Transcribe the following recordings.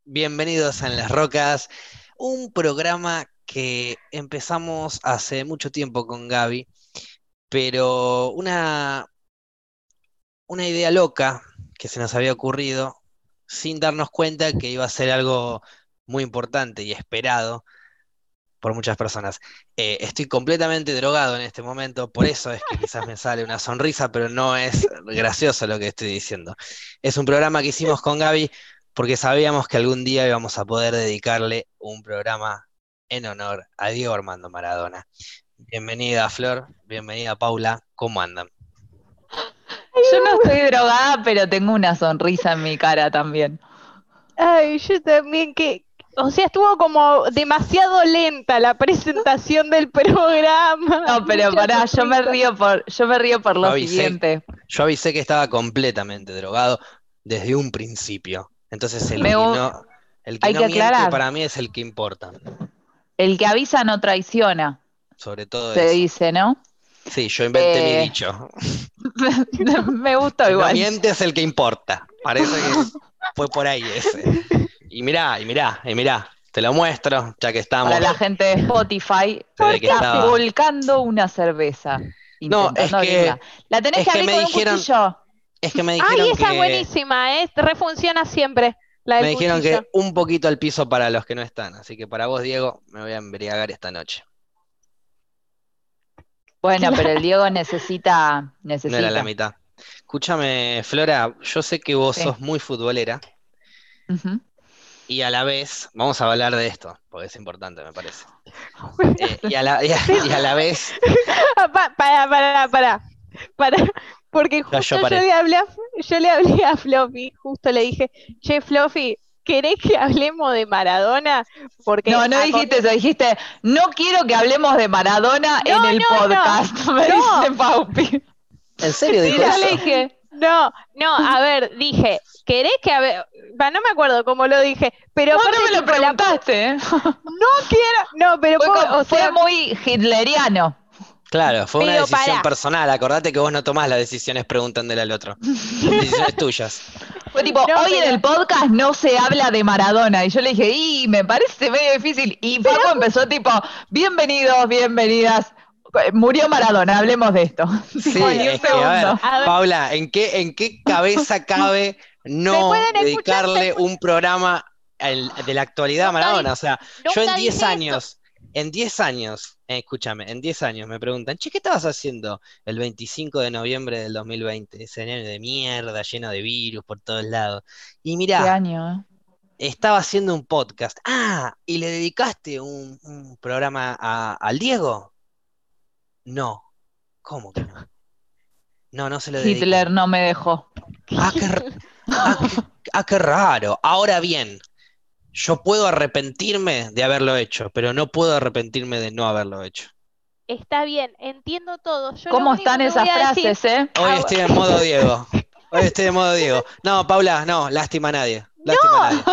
Bienvenidos a En las Rocas, un programa que empezamos hace mucho tiempo con Gaby, pero una idea loca que se nos había ocurrido sin darnos cuenta que iba a ser algo muy importante y esperado por muchas personas. Estoy completamente drogado en este momento, por eso es que quizás me sale una sonrisa, pero no es gracioso lo que estoy diciendo. Es un programa que hicimos con Gaby porque sabíamos que algún día íbamos a poder dedicarle un programa en honor a Diego Armando Maradona. Bienvenida Flor, bienvenida Paula, ¿cómo andan? Yo no estoy drogada, pero tengo una sonrisa en mi cara también. Ay, yo también o sea, estuvo como demasiado lenta la presentación del programa, No, pero mucha pará, sonrisa. yo me río por Yo lo avisé, siguiente. yo avisé que estaba completamente drogado desde un principio. Entonces Me gu- el que Hay no que miente aclarar, para mí es el que importa, el que avisa no traiciona, sobre todo se eso. dice, ¿no? Sí, yo inventé mi Eh, dicho. Me gustó Que no igual. miente es el que importa. Parece que fue por ahí ese. Y mirá, te lo muestro, ya que Para la estamos. gente de Spotify, Se ¿Por ve que qué está haces? estaba. volcando una cerveza, No, intentando abrirla. La tenés es que que abrir me con un dijeron, cuchillo. es que me Ay, dijeron esa es que, buenísima, ¿eh? Refunciona siempre, la me del dijeron cuchillo. que un poquito al piso para los que no están. Así que para vos, Diego, me voy a embriagar esta noche. Bueno, pero el Claro. Diego No era la necesita. mitad. Escúchame, Flora, yo sé que vos Sí. sos muy futbolera Ujú. y a la vez, vamos a hablar de esto, porque es importante, me parece. Y a la vez, Para, porque ya yo justo paré. yo le hablé a Fluffy, justo le dije, che, Fluffy, ¿querés que hablemos de Maradona? Porque No, no dijiste eso, dijiste, no quiero que hablemos de Maradona no, en el no, podcast, me no, dice Paupi. ¿En serio Y dijo yo le eso? dije, no, a ver, dije, ¿querés que no me acuerdo cómo lo dije, pero no, no aparte me lo tipo preguntaste, ¿eh? no quiero, no, pero o Fue sea, muy hitleriano. Claro, fue una pero decisión pará. personal. Acordate que vos no tomás las decisiones preguntándole al otro. Son decisiones tuyas. Fue tipo, No, hoy en el podcast no se habla de Maradona. Y yo le dije, y me parece medio difícil. Y pero Paco empezó tipo, bienvenidos, bienvenidas. Murió Maradona, hablemos de esto. Sí, Tipo, ni un es que, a ver, segundo. a ver, Paula, ¿en qué cabeza cabe ¿me no pueden escuchar? dedicarle un programa de la actualidad a Nunca Maradona? dije, O sea, yo nunca dije eso. en 10 años, escúchame, en 10 años me preguntan, che, ¿qué estabas haciendo el 25 de noviembre del 2020? Ese año de mierda, lleno de virus por todos lados. Y Qué mirá, año, ¿eh? estaba haciendo un podcast. Ah, ¿y le dedicaste un programa al Diego? No, ¿cómo que no? No, no se lo dediqué. Hitler no me dejó. Ah, ah, qué, qué raro. Ahora bien, yo puedo arrepentirme de haberlo hecho, pero no puedo arrepentirme de no haberlo hecho. Está bien, entiendo todo. Yo lo ¿Cómo único están que voy esas a decir, frases, eh? Hoy estoy en modo Diego. Hoy estoy en modo Diego. No, Paula, no, lástima a nadie. Lástima a nadie. no.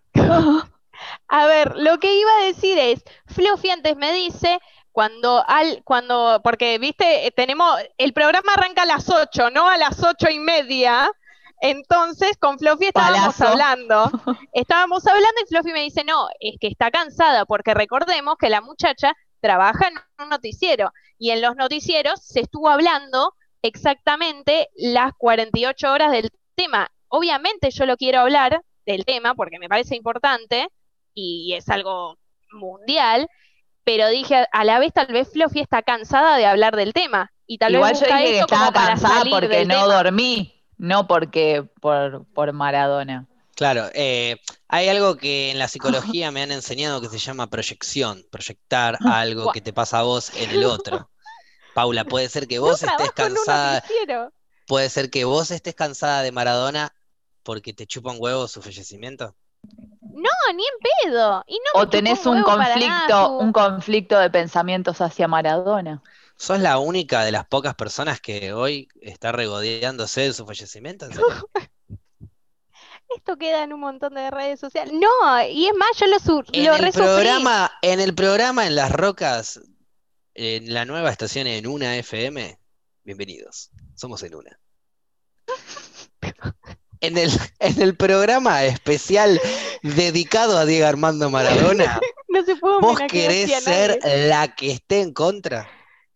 A ver, lo que iba a decir es, Fluffy antes me dice, porque viste, tenemos, el programa arranca a las 8, no a las 8:30. Entonces, con Fluffy Palazo. estábamos hablando y Fluffy me dice, no, es que está cansada, porque recordemos que la muchacha trabaja en un noticiero, y en los noticieros se estuvo hablando exactamente las 48 horas del tema. Obviamente yo lo quiero hablar del tema porque me parece importante, y es algo mundial, pero dije a la vez tal vez Fluffy está cansada de hablar del tema y tal vez Igual yo busca dije que esto estaba como para cansada salir porque del no tema. dormí, no porque por Maradona. Claro, hay algo que en la psicología me han enseñado que se llama proyección, proyectar algo Buah. que te pasa a vos en el otro. Paula, puede ser que No vos estés trabajo en un cansada, noticiero. puede ser que vos estés cansada de Maradona porque te chupa un huevo su fallecimiento. No, ni en pedo. Y no me O chupó tenés un huevo para nada un su... conflicto de pensamientos hacia Maradona. ¿Sos la única de las pocas personas que hoy está regodeándose de su fallecimiento? ¿En serio? Esto queda en un montón de redes sociales. No, y es más, yo lo resufrí. En el programa En las Rocas, en la nueva estación en Una FM, bienvenidos. Somos en Una. en el programa especial dedicado a Diego Armando Maradona, No se puede ¿vos homenajear querés así a ser nadie. la que esté en contra?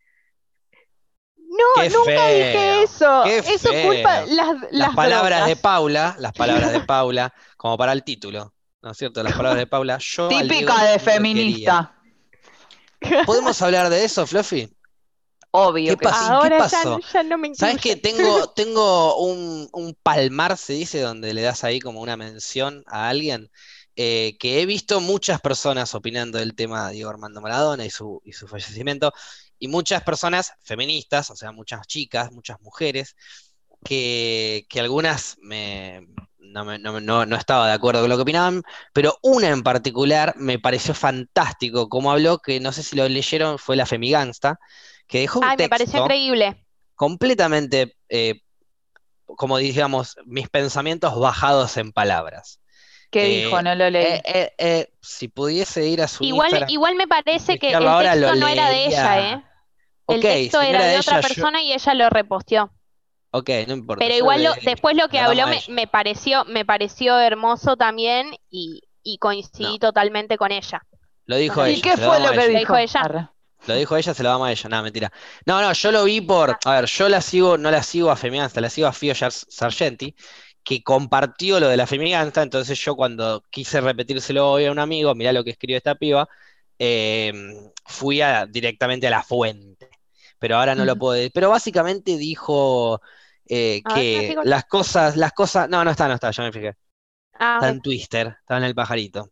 No, ¡Qué nunca dije feo! eso. ¡Qué Eso culpa feo! las drogas. Las palabras de Paula, como para el título, ¿no es cierto? Las palabras de Paula, yo al Diego Típica de no lo quería. feminista. ¿Podemos hablar de eso, Fluffy? Obvio que sí. ¿Qué Ahora pasó? ya no me ¿Sabes que incluyen. tengo un palmar, se dice, donde le das ahí como una mención a alguien? Que he visto muchas personas opinando del tema de Diego Armando Maradona y su fallecimiento, y muchas personas feministas, o sea, muchas chicas, muchas mujeres, que algunas no estaba de acuerdo con lo que opinaban, pero una en particular me pareció fantástico, como habló, que no sé si lo leyeron, fue la Femigangsta, que dejó un Ay, me pareció texto increíble. completamente, como digamos, mis pensamientos bajados en palabras. ¿Qué dijo? Eh, No lo leí. si pudiese ir a su Igual, Instagram igual me y parece que chequearlo el ahora, lo texto no era de ella, leería. ¿eh? Ok, El texto si no era era de de otra ella, persona y ella lo reposteó. ok, no importa, Pero yo lo igual leería, después lo se que lo habló damos a ella. me pareció hermoso también y No, coincidí totalmente con ella, lo con dijo lo que ¿Y ella, qué se lo fue damos lo a que ella. lo dijo dijo? ella. Arre. Lo dijo ella, se lo damos a ella, nada, mentira. No, no, yo lo vi por, a ver, yo la sigo, no la sigo a Femigansta, la sigo a Fio Sargenti, que compartió lo de la Femigansta, entonces yo cuando quise repetírselo hoy a un amigo, mirá lo que escribió esta piba, eh, directamente a la fuente, pero ahora no lo Ujú. puedo decir. Pero básicamente dijo A ver, me que fijo. las cosas, no está, ya me fijé, Ah, está ok. en Twister, está en el pajarito.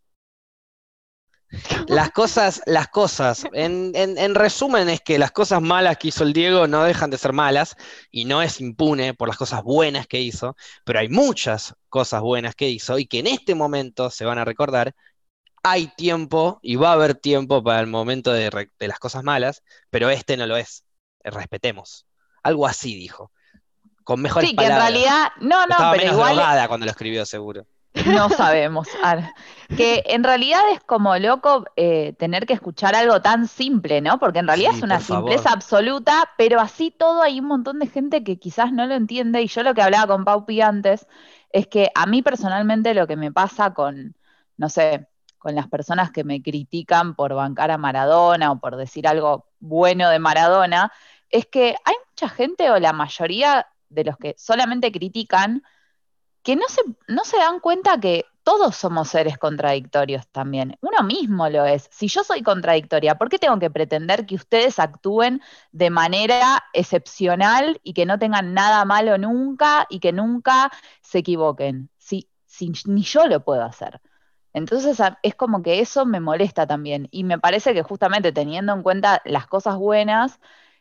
Las cosas, en resumen es que las cosas malas que hizo el Diego no dejan de ser malas y no es impune por las cosas buenas que hizo, pero hay muchas cosas buenas que hizo y que en este momento se van a recordar. Hay tiempo y va a haber tiempo para el momento de las cosas malas, pero este no lo es. Respetemos. Algo así dijo, con mejores Sí, que en palabras. realidad, no, no, Estaba pero menos igual drogada cuando lo escribió, seguro. no sabemos. Que en realidad es como loco tener que escuchar algo tan simple, ¿no? Porque en realidad es Sí, una por simpleza favor. absoluta, pero así todo hay un montón de gente que quizás no lo entiende. Y yo lo que hablaba con Paupi antes es que a mí personalmente lo que me pasa con, no sé, con las personas que me critican por bancar a Maradona o por decir algo bueno de Maradona, es que hay mucha gente o la mayoría de los que solamente critican que no se dan cuenta que todos somos seres contradictorios también. Uno mismo lo es. Si yo soy contradictoria, ¿por qué tengo que pretender que ustedes actúen de manera excepcional y que no tengan nada malo nunca y que nunca se equivoquen? Si ni yo lo puedo hacer. Entonces es como que eso me molesta también. Y me parece que justamente teniendo en cuenta las cosas buenas,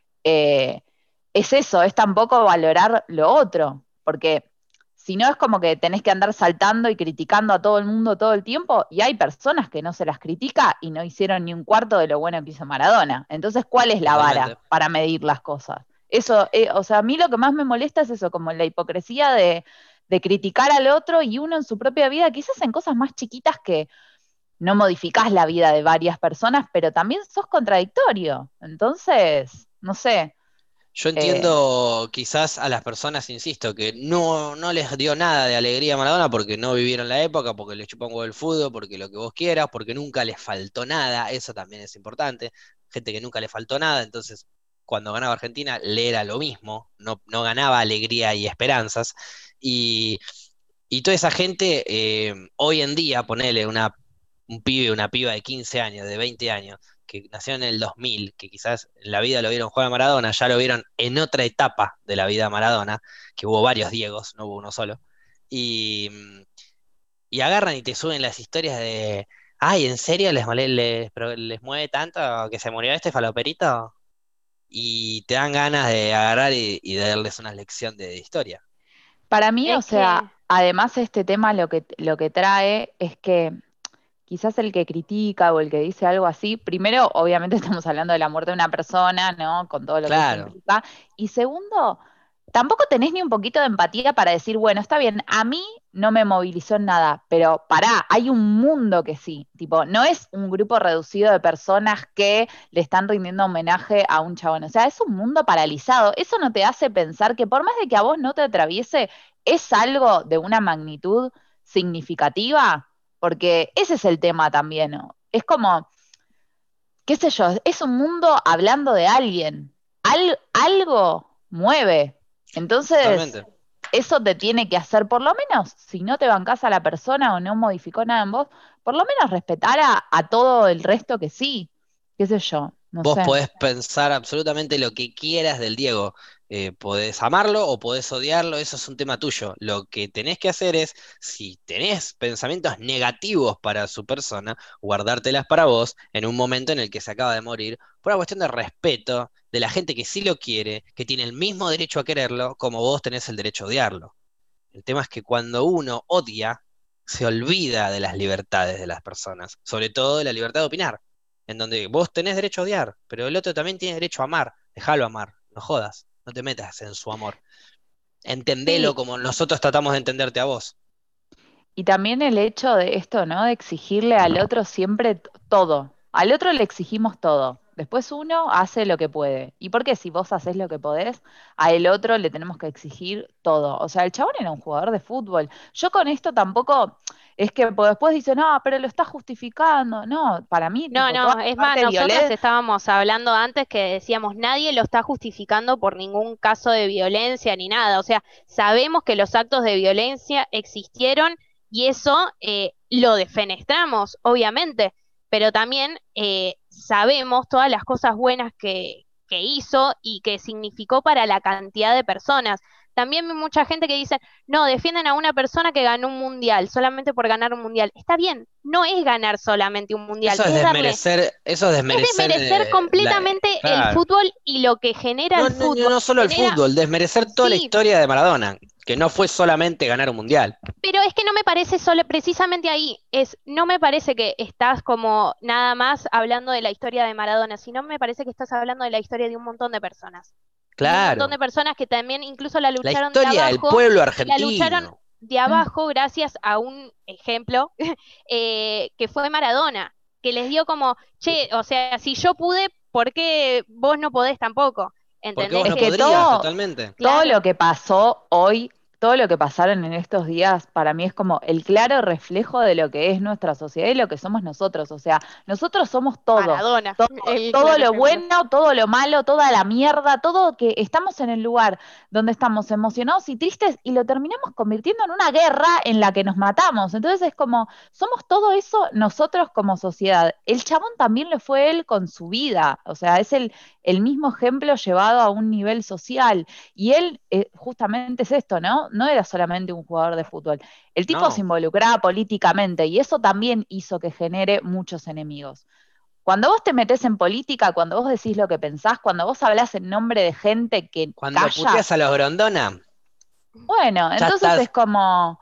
eh, es eso, es tampoco valorar lo otro, porque si no es como que tenés que andar saltando y criticando a todo el mundo todo el tiempo, y hay personas que no se las critica y no hicieron ni un cuarto de lo bueno que hizo Maradona. Entonces, ¿cuál es la Totalmente. vara para medir las cosas? Eso, o sea, a mí lo que más me molesta es eso, como la hipocresía de criticar al otro y uno en su propia vida, quizás en cosas más chiquitas que no modificás la vida de varias personas, pero también sos contradictorio. Entonces, no sé. Yo Eh, entiendo quizás a las personas, insisto, que no les dio nada de alegría a Maradona porque no vivieron la época, porque les chupó un huevo el fútbol, porque lo que vos quieras, porque nunca les faltó nada, eso también es importante. Gente que nunca le faltó nada, entonces cuando ganaba Argentina le era lo mismo, no ganaba alegría y esperanzas. Y, y toda esa gente, hoy en día, ponele un pibe, una piba de 15 años, de 20 años que nació en el 2000, que quizás en la vida lo vieron jugar a Maradona, ya lo vieron en otra etapa de la vida de Maradona, que hubo varios Diegos, no hubo uno solo, y, y agarran y te suben las historias de, ay, ¿en serio les mueve tanto que se murió este faloperito? Y te dan ganas de agarrar y de darles una lección de historia. para mí, o Es sea, que, además este tema lo que trae es que quizás el que critica o el que dice algo así, primero, obviamente estamos hablando de la muerte de una persona, ¿no? Con todo lo que eso Claro, implica. Y segundo, tampoco tenés ni un poquito de empatía para decir, bueno, está bien, a mí no me movilizó en nada, pero pará, hay un mundo que sí. Tipo, no es un grupo reducido de personas que le están rindiendo homenaje a un chabón. O sea, es un mundo paralizado. Eso no te hace pensar que por más de que a vos no te atraviese, ¿es algo de una magnitud significativa? Porque ese es el tema también, ¿no? Es como, qué sé yo, es un mundo hablando de alguien. Algo mueve. Entonces, Totalmente. eso te tiene que hacer, por lo menos, si no te bancás a la persona o no modificó nada en vos, por lo menos respetar a todo el resto que sí. Qué sé yo, no Vos sé. podés pensar absolutamente lo que quieras del Diego. Podés amarlo o podés odiarlo, eso es un tema tuyo. Lo que tenés que hacer es, si tenés pensamientos negativos para su persona, guardártelas para vos en un momento en el que se acaba de morir, por una cuestión de respeto de la gente que sí lo quiere, que tiene el mismo derecho a quererlo como vos tenés el derecho a odiarlo. El tema es que cuando uno odia, se olvida de las libertades de las personas, sobre todo de la libertad de opinar, en donde vos tenés derecho a odiar, pero el otro también tiene derecho a amar, déjalo amar, no jodas, no te metas en su amor, entendelo Sí, como nosotros tratamos de entenderte a vos. y también el hecho de esto, ¿no? De exigirle al otro siempre todo. Al otro le exigimos todo. Después uno hace lo que puede. ¿Y por qué si vos haces lo que podés, a el otro le tenemos que exigir todo? O sea, el chabón era un jugador de fútbol. Yo con esto tampoco es que pues, después dicen, no, pero lo está justificando. No, para mí, No, tipo, toda no, la es más, parte nosotras violenta. estábamos hablando antes que decíamos nadie lo está justificando por ningún caso de violencia ni nada. O sea, sabemos que los actos de violencia existieron y eso lo defenestramos, obviamente, pero también sabemos todas las cosas buenas que hizo y que significó para la cantidad de personas. También hay mucha gente que dice, no, defienden a una persona que ganó un mundial solamente por ganar un mundial. Está bien, no es ganar solamente un mundial, es darle, Eso es es desmerecer desmerecer completamente el claro. fútbol y lo que genera No, el no, fútbol. no solo el Genera, fútbol, desmerecer toda la sí, historia de Maradona, que no fue solamente ganar un mundial. pero es que no me parece solo, precisamente ahí, no me parece que estás como nada más hablando de la historia de Maradona, sino me parece que estás hablando de la historia de un montón de personas. Y un montón Claro, de personas que también incluso la la lucharon de historia del abajo pueblo y la lucharon argentino. de Mm. abajo gracias a un ejemplo que fue Maradona, que les dio como, che, o sea, si yo pude, ¿por qué vos no podés tampoco? Porque ¿Entendés? vos Es no que podrías, todo, totalmente. todo lo Claro, que pasó hoy, todo lo que pasaron en estos días, para mí es como el claro reflejo de lo que es nuestra sociedad y lo que somos nosotros. O sea, nosotros somos todo. Maradona, Todo, el todo claro lo ejemplo. bueno, todo lo malo, toda la mierda, todo que estamos en el lugar donde estamos emocionados y tristes y lo terminamos convirtiendo en una guerra en la que nos matamos. Entonces es como, somos todo eso nosotros como sociedad. El chabón también lo fue él con su vida. O sea, es el mismo ejemplo llevado a un nivel social. Y él justamente es esto, ¿no? No era solamente un jugador de fútbol. El tipo se No. involucraba políticamente y eso también hizo que genere muchos enemigos. Cuando vos te metés en política, cuando vos decís lo que pensás, cuando vos hablás en nombre de gente que Cuando calla, puteas a los Grondona, bueno, ya entonces es como,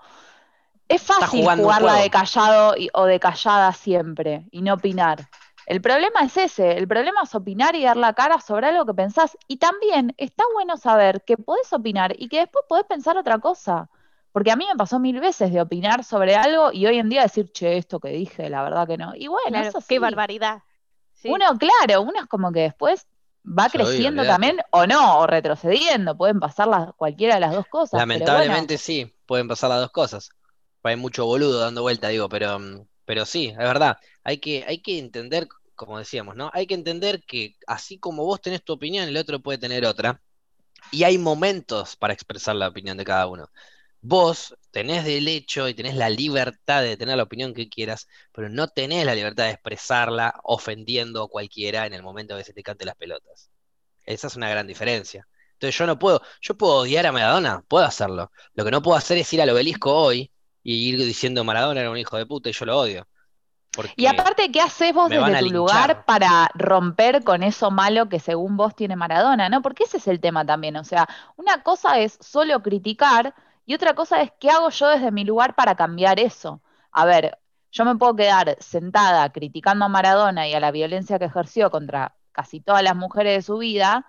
es estás fácil jugando un jugarla de juego. callado o de callada siempre y no opinar. El problema es ese, el problema es opinar y dar la cara sobre algo que pensás. Y también está bueno saber que podés opinar y que después podés pensar otra cosa. Porque a mí me pasó mil veces de opinar sobre algo y hoy en día decir, che, esto que dije, la verdad que no. Y bueno, Claro, eso qué sí. barbaridad. Sí. Uno, claro, uno es como que después va Sí, creciendo olvídate. también o no, o retrocediendo. Pueden pasar cualquiera de las dos cosas, pero bueno. Lamentablemente sí, pueden pasar las dos cosas. Hay mucho boludo dando vuelta, digo, pero sí, es verdad. Hay que entender, como decíamos, ¿no? Hay que entender que así como vos tenés tu opinión, el otro puede tener otra. Y hay momentos para expresar la opinión de cada uno. Vos tenés derecho y tenés la libertad de tener la opinión que quieras, pero no tenés la libertad de expresarla ofendiendo a cualquiera en el momento que se te cante las pelotas. Esa es una gran diferencia. Entonces yo puedo odiar a Maradona, puedo hacerlo. Lo que no puedo hacer es ir al obelisco hoy y ir diciendo Maradona era un hijo de puta y yo lo odio, Y porque aparte, ¿qué haces vos me van desde a tu lugar linchar. para romper con eso malo que según vos tiene Maradona, ¿no? Porque ese es el tema también. O sea, una cosa es solo criticar y otra cosa es qué hago yo desde mi lugar para cambiar eso. A ver, yo me puedo quedar sentada criticando a Maradona y a la violencia que ejerció contra casi todas las mujeres de su vida,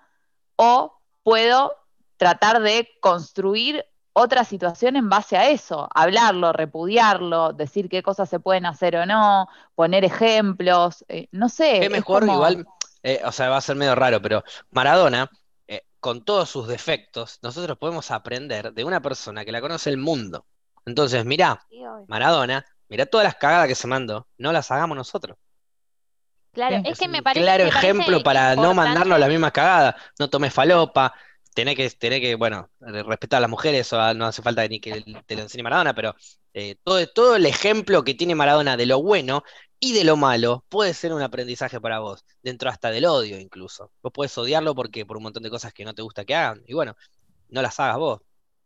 o puedo tratar de construir otra situación en base a eso, hablarlo, repudiarlo, decir qué cosas se pueden hacer o no, poner ejemplos, no Qué sé, es mejor, como, igual, o sea, va a ser medio raro, pero Maradona con todos sus defectos, nosotros podemos aprender de una persona que la conoce el mundo. Entonces, mirá, Sí, obvio. Maradona, mirá todas las cagadas que se mandó, no las hagamos nosotros. Claro, Sí. es Es que un claro me ejemplo parece para no mandarnos las importante. mismas cagadas. No tomes Claro. falopa, tenés que, bueno, respetar a las mujeres, eso no hace falta ni que te lo enseñe Maradona, pero todo el ejemplo que tiene Maradona de lo bueno y de lo malo puede ser un aprendizaje para vos, dentro hasta del odio incluso. Vos podés odiarlo porque por un montón de cosas que no te gusta que hagan, y bueno, no las hagas vos,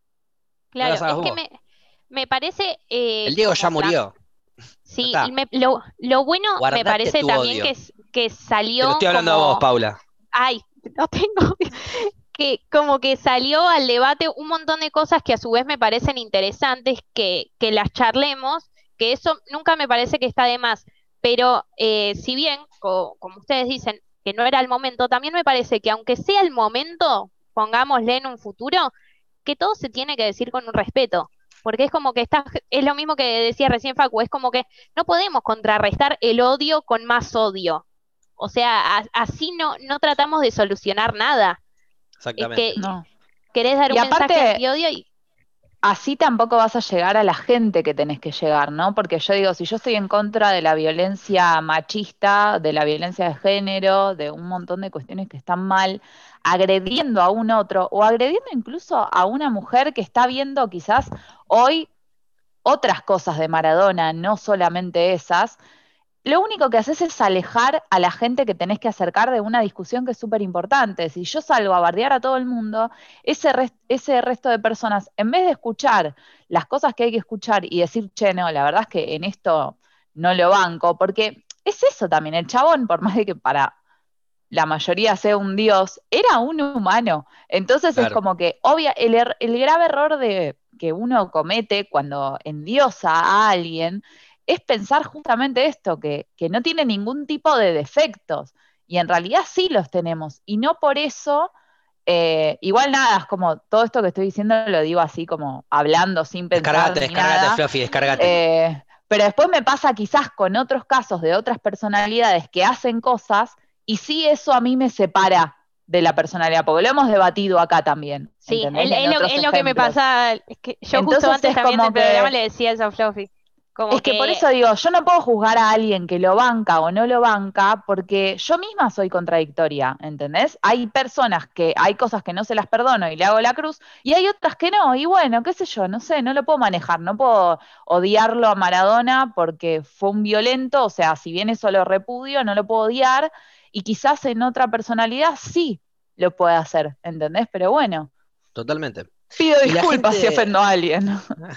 no Claro, las hagas es que vos. me parece El Diego ya como murió, ya sí, está. lo bueno me Guardate parece tu también odio. que Te lo salió estoy hablando a vos, como, Paula. ay, no tengo, que como que salió al debate un montón de cosas que a su vez me parecen interesantes que las charlemos, que eso nunca me parece que está de más, pero si bien, como ustedes dicen, que no era el momento, también me parece que aunque sea el momento, pongámosle en un futuro, que todo se tiene que decir con un respeto. Porque es como que es lo mismo que decía recién Facu, es como que no podemos contrarrestar el odio con más odio. O sea, así no tratamos de solucionar nada. Es Exactamente. que No. querés dar Y un mensaje aparte, anti-odio y así tampoco vas a llegar a la gente que tenés que llegar, ¿no? Porque yo digo, si yo estoy en contra de la violencia machista, de la violencia de género, de un montón de cuestiones que están mal, agrediendo a un otro o agrediendo incluso a una mujer que está viendo quizás hoy otras cosas de Maradona, no solamente esas, lo único que haces es alejar a la gente que tenés que acercar de una discusión que es súper importante. Si yo salgo a bardear a todo el mundo, ese resto de personas, en vez de escuchar las cosas que hay que escuchar y decir, che, no, la verdad es que en esto no lo banco, porque es eso también, el chabón, por más de que para la mayoría sea un dios, era un humano. Entonces es Claro, como que, obvia, el grave error que uno comete cuando endiosa a alguien es pensar justamente esto, que no tiene ningún tipo de defectos. Y en realidad sí los tenemos. Y no por eso, igual nada, es como todo esto que estoy diciendo lo digo así como hablando sin pensar ni descargate, nada. Fluffy, descargate. Pero después me pasa quizás con otros casos de otras personalidades que hacen cosas y sí eso a mí me separa de la personalidad, porque lo hemos debatido acá también, sí, ¿entendés? Y en otros es lo que me ejemplos. pasa, es que yo justo Entonces antes es también del como programa que le decía eso a Fluffy, como es que por que eso digo, yo no puedo juzgar a alguien que lo banca o no lo banca, porque yo misma soy contradictoria, ¿entendés? Hay personas que hay cosas que no se las perdono y le hago la cruz, y hay otras que no, y bueno, qué sé yo, no sé, no lo puedo manejar, no puedo odiarlo a Maradona porque fue un violento, o sea, si bien eso lo repudio, no lo puedo odiar, y quizás en otra personalidad sí lo puede hacer, ¿entendés? Pero bueno, Totalmente. pido Y la disculpas si gente. ofendo a alguien.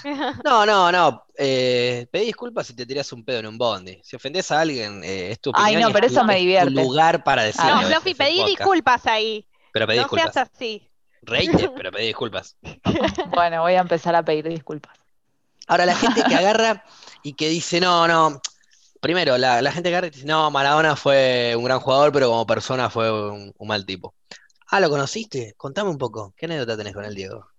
No, no, no. Pedí disculpas si te tiras un pedo en un bondi. Si ofendés a alguien, es tu Ay, opinión y no, pero eso me es tu divierte. lugar para no, decirlo. Ah, Este Fluffy, es el pedí podcast. disculpas ahí, Pero pedí no seas disculpas. así. Reíte, pero pedí disculpas. bueno, voy a empezar a pedir disculpas. Ahora, la gente que agarra y que dice, no, no. Primero, la gente que agarra y dice, no, Maradona fue un gran jugador, pero como persona fue un mal tipo. Ah, ¿lo conociste? Contame un poco. ¿Qué anécdota tenés con el Diego?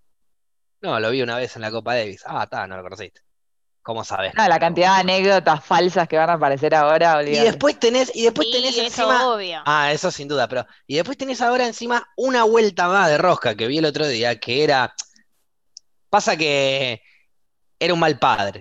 No, lo vi una vez en la Copa Davis. Ah, está, no lo conociste. ¿Cómo sabes No, que no la era un cantidad de jugador? anécdotas falsas que van a aparecer ahora, olvídate. Y después Sí, tenés eso encima, obvio. eso sin duda, pero, y después tenés ahora encima una vuelta más de rosca que vi el otro día, que era, pasa que era un mal padre,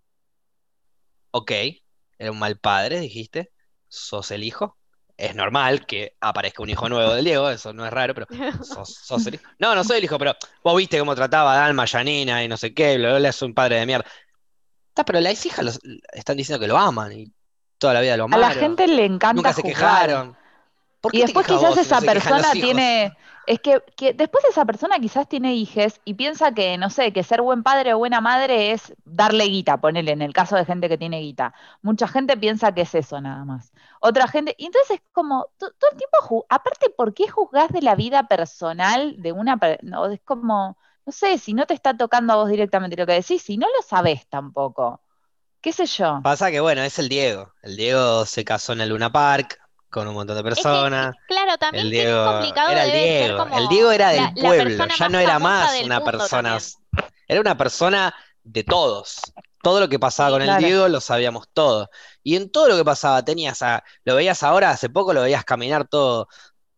ok, era un mal padre, dijiste, sos el hijo, es normal que aparezca un hijo nuevo del Diego, eso no es raro, pero sos el hijo. No, no soy el hijo, pero vos viste cómo trataba a Dalma, Yanina y no sé qué, bla, bla, bla, es un padre de mierda. Está, pero las hijas están diciendo que lo aman y toda la vida lo A la amaron, gente le encanta nunca se juzgar. quejaron. ¿Por Y qué te después quejas quizás vos si no esa se quejan los persona hijos? tiene, es que después esa persona quizás tiene hijes y piensa que, no sé, que ser buen padre o buena madre es darle guita, ponele, en el caso de gente que tiene guita. Mucha gente piensa que es eso nada más. Otra gente, y entonces es como, todo el tiempo, aparte, ¿por qué juzgás de la vida personal de no, es como, no sé, si no te está tocando a vos directamente lo que decís, si no lo sabés tampoco, qué sé yo. Pasa que, bueno, es el Diego. El Diego se casó en el Luna Park con un montón de Es que, personas. claro, también El qué Diego complicado era el debe ser Diego. El Diego como era del la pueblo, persona ya más no era famosa más del una mundo persona. también. Era una persona de todos. Todo lo que pasaba Sí, con el Claro. Diego lo sabíamos todos. Y en todo lo que pasaba lo veías ahora, hace poco lo veías caminar todo.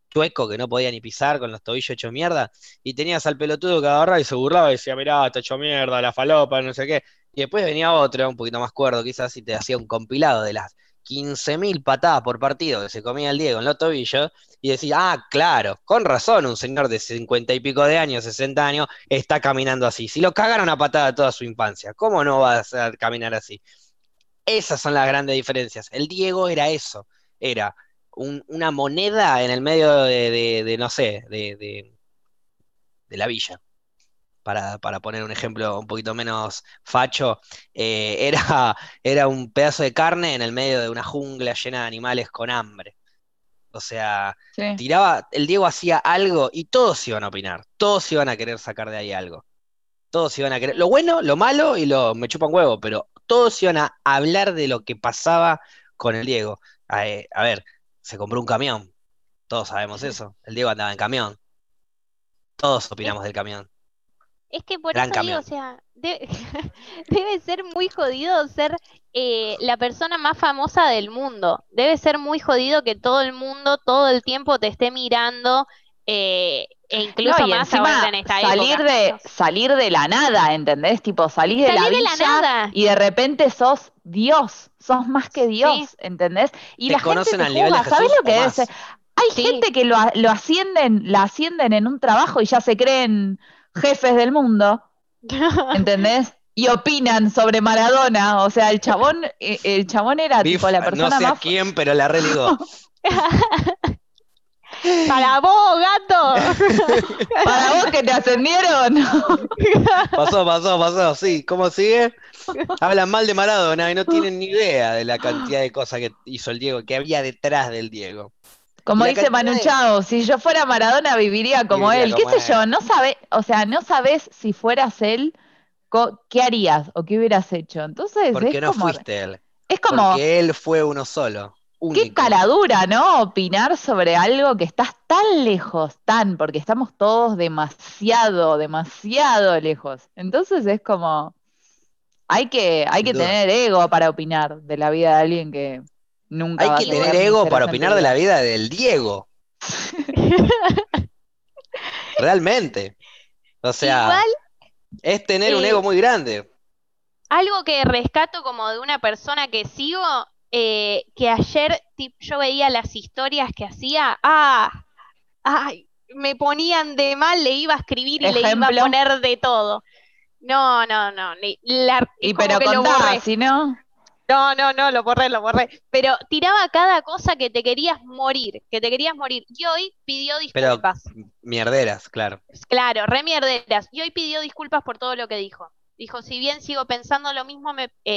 chueco que no podía ni pisar con los tobillos hechos mierda, y tenías al pelotudo que agarraba y se burlaba y decía, mirá, está hecho mierda, la falopa, no sé qué. Y después venía otro, un poquito más cuerdo quizás, y te hacía un compilado de las 15.000 patadas por partido que se comía el Diego en los tobillos, y decía, ah, claro, con razón, un señor de 50 y pico de años, 60 años, está caminando así. Si lo cagaron a patada toda su infancia, ¿cómo no va a caminar así? Esas son las grandes diferencias. El Diego era eso, era una moneda en el medio no sé, de la villa. Para poner un ejemplo un poquito menos facho, era un pedazo de carne en el medio de una jungla llena de animales con hambre. O sea, Sí. el Diego hacía algo y todos iban a opinar, todos iban a querer sacar de ahí algo. Todos iban a querer, lo bueno, lo malo y me chupan huevo, pero todos iban a hablar de lo que pasaba con el Diego. A ver, se compró un camión, todos sabemos eso. El Diego andaba en camión, todos Es, opinamos del camión. es que por Gran eso digo, o camión. sea, debe ser muy jodido ser la persona más famosa del mundo. Debe ser muy jodido que todo el mundo todo el tiempo te esté mirando, e No, incluso y más ahora encima en esta época. No sé. salir de la nada, ¿entendés? Tipo, salís de la Salir de la villa nada. y de repente sos Dios, sos más que Sí, Dios, ¿entendés? Y Te la gente conocen te al nivel de juzga, ¿sabés Jesús lo o que debe ser? más. Hay sí. gente que la ascienden en un trabajo y ya se creen jefes del mundo, ¿entendés? Y opinan sobre Maradona, o sea, el chabón era tipo Biff, la no persona sé a más... quién, pero la religó. Para vos, gato. Para vos que te ascendieron. Pasó, sí. ¿Cómo sigue? Hablan mal de Maradona y no tienen ni idea de la cantidad de cosas que hizo el Diego, que había detrás del Diego. Y Como la dice cantidad Manu de... Chao, si yo fuera Maradona viviría como Viviría él. ¿Qué como sé yo? él. No sabe, o sea, no sabes si fueras él, qué harías o qué hubieras hecho. Entonces Porque no fuiste él. es como, Porque él fue uno solo, qué único. cara dura, ¿no? Opinar sobre algo que estás tan lejos, porque estamos todos demasiado, demasiado lejos. Entonces es como, hay Sin que duda. tener ego para opinar de la vida de alguien que nunca Hay que vas a Y tener ver bueno. ni ego serás para en tu opinar de la vida. vida del Diego, realmente. O sea, Igual, es tener un ego eh, muy grande. algo que rescato como de una persona que sigo, que ayer yo veía las historias que hacía, ay, me ponían de mal, le iba a escribir y le iba a Ejemplo, poner de todo. No, no, no, es y como pero que lo contá, borré. si no, No, no, no, lo borré, lo borré. Pero tiraba cada cosa que te querías morir, que te querías morir. Y hoy pidió Pero disculpas. mierderas, claro. Claro, re mierderas. Y hoy pidió disculpas por todo lo que dijo. Dijo, si bien sigo pensando lo mismo,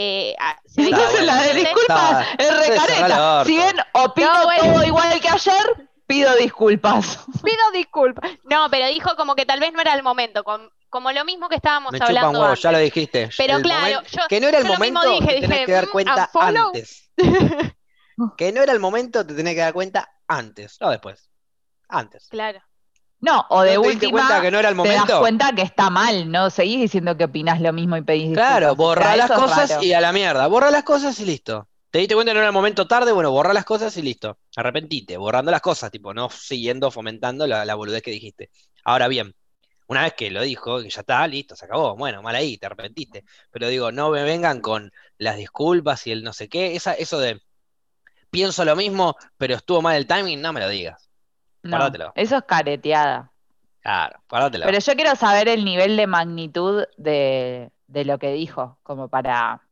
se ve que Está entonces bueno, la de últimamente. disculpas es cerrá el recareta. Si bien orto. opino No, todo bueno, igual que ayer, pido disculpas. pido disculpas. No, pero dijo como que tal vez no era el momento, como lo mismo que estábamos Me chupan hablando huevos, ya lo antes. dijiste. Pero El claro, momento, que no era el yo lo mismo momento, dije, te tenés dije, que dar cuenta unfollow. antes. Que no era el momento, te tenés que dar cuenta antes, no después. Antes. Claro. No, o de ¿No te diste cuenta última que no era el te das momento? cuenta que está mal, ¿no? Seguís diciendo que opinás lo mismo y pedís Claro, disculpas. O borra sea, las eso es cosas raro. y a la mierda. Borra las cosas y listo. ¿Te diste cuenta que no era el momento tarde? Bueno, borra las cosas y listo. Arrepentite, borrando las cosas, tipo, no siguiendo fomentando la boludez que dijiste. Ahora bien, una vez que lo dijo, que ya está, listo, se acabó. Bueno, mal ahí, te arrepentiste. Pero digo, no me vengan con las disculpas y el no sé qué. Eso de pienso lo mismo, pero estuvo mal el timing, no me lo digas. No, Guárdatelo. eso es careteada. Claro, guárdatelo. Pero yo quiero saber el nivel de magnitud de lo que dijo, como para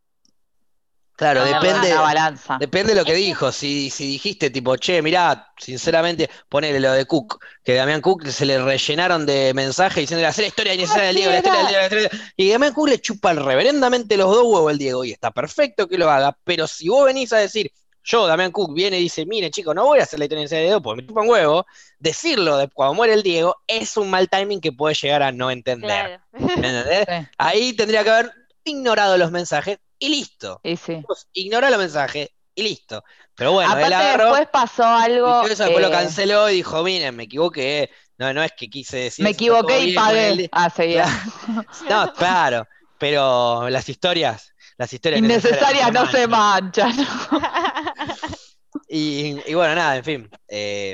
Claro, No, ponerlo en una balanza. depende de lo que es que dijo. Si dijiste tipo, che, mirá, sinceramente, ponele lo de Cook, que Damián Cook se le rellenaron de mensajes diciéndole hacer la historia innecesaria del Así Diego, la historia del era. Diego, la historia y Damián Cook le chupa reverendamente los dos huevos al Diego, y está perfecto que lo haga, pero si vos venís a decir, yo, Damián Cook, viene y dice, mire, chicos, no voy a hacer la historia innecesaria del Diego porque me chupan huevo, decirlo de cuando muere el Diego es un mal timing que puede llegar a no entender. claro. ¿Entendés? Sí, Ahí tendría que haber ignorado los mensajes y listo. y sí. Ignora los mensajes y listo. Pero bueno, él Aparte agarró, después pasó tuiteó algo, eso, después lo canceló y dijo, miren, me equivoqué. No, no es que quise decir me eso, está todo equivoqué y bien con pagué. él. Ah, seguía. Claro, no, claro, pero las historias necesarias no Innecesarias se no se manchan. manchan. Y bueno, nada, en fin.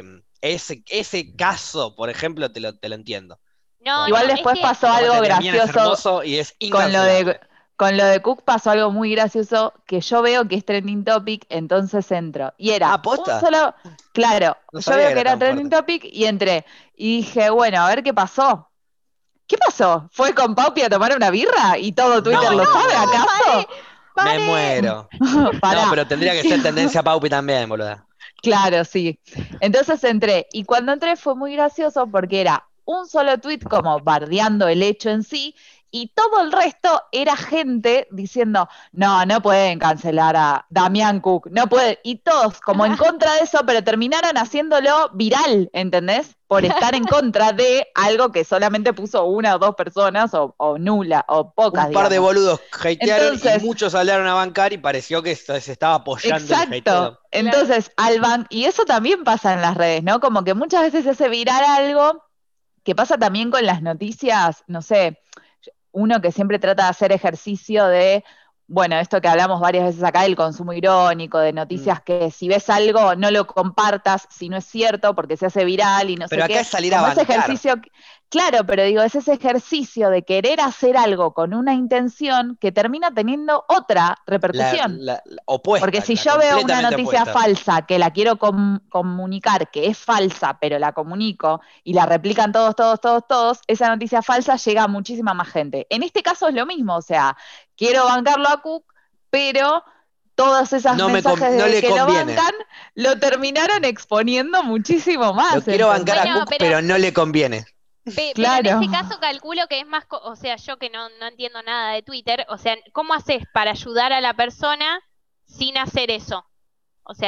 ese caso, por ejemplo, te lo entiendo. No, Igual no, después pasó Como algo te termina, es gracioso hermoso y es con incancelable. lo de Cook, pasó algo muy gracioso que yo veo que es trending topic, entonces entro. Y era un ¿Posta? solo, claro, No yo sabía veo que que era era tan trending fuerte. topic y entré. Y dije, bueno, a ver qué pasó. ¿Qué pasó? ¿Fue con Paupi a tomar una birra? ¿Y todo Twitter No, lo me sabe, muero. acaso? Me ¡Pare! muero. No, Pará. pero tendría que ser tendencia Paupi también, boluda. Claro, sí. Entonces entré. Y cuando entré fue muy gracioso porque era un solo tweet como bardeando el hecho en sí, y todo el resto era gente diciendo, no, no pueden cancelar a Damián Cook, no pueden. Y todos como en contra de eso, pero terminaron haciéndolo viral, ¿entendés? Por estar en contra de algo que solamente puso una o dos personas, o nula, o pocas, Un par de digamos. boludos hatearon y Entonces, muchos salieron a bancar y pareció que se estaba apoyando el exacto. hateo. Claro. Entonces, y eso también pasa en las redes, ¿no? Como que muchas veces se hace viral algo que pasa también con las noticias, no sé, uno que siempre trata de hacer ejercicio de, bueno, esto que hablamos varias veces acá, del consumo irónico, de Mm. noticias que si ves algo no lo compartas si no es cierto porque se hace viral y no Pero sé acá qué, es salir a como ese bancar. ejercicio, claro, pero digo, es ese ejercicio de querer hacer algo con una intención que termina teniendo otra repercusión. La opuesta, Porque si la yo veo una completamente noticia opuesta. falsa que la quiero comunicar, que es falsa, pero la comunico y la replican todos, esa noticia falsa llega a muchísima más gente. En este caso es lo mismo, o sea, quiero bancarlo a Cook, pero todos esos mensajes No de le que lo conviene. bancan lo terminaron exponiendo muchísimo Lo más, quiero bancar a ¿entendés? Bueno, Cook, pero no le conviene. pero en Claro. ese caso calculo que es más, o sea, yo que no entiendo nada de Twitter, o sea, ¿cómo haces para ayudar a la persona sin hacer eso? O sea,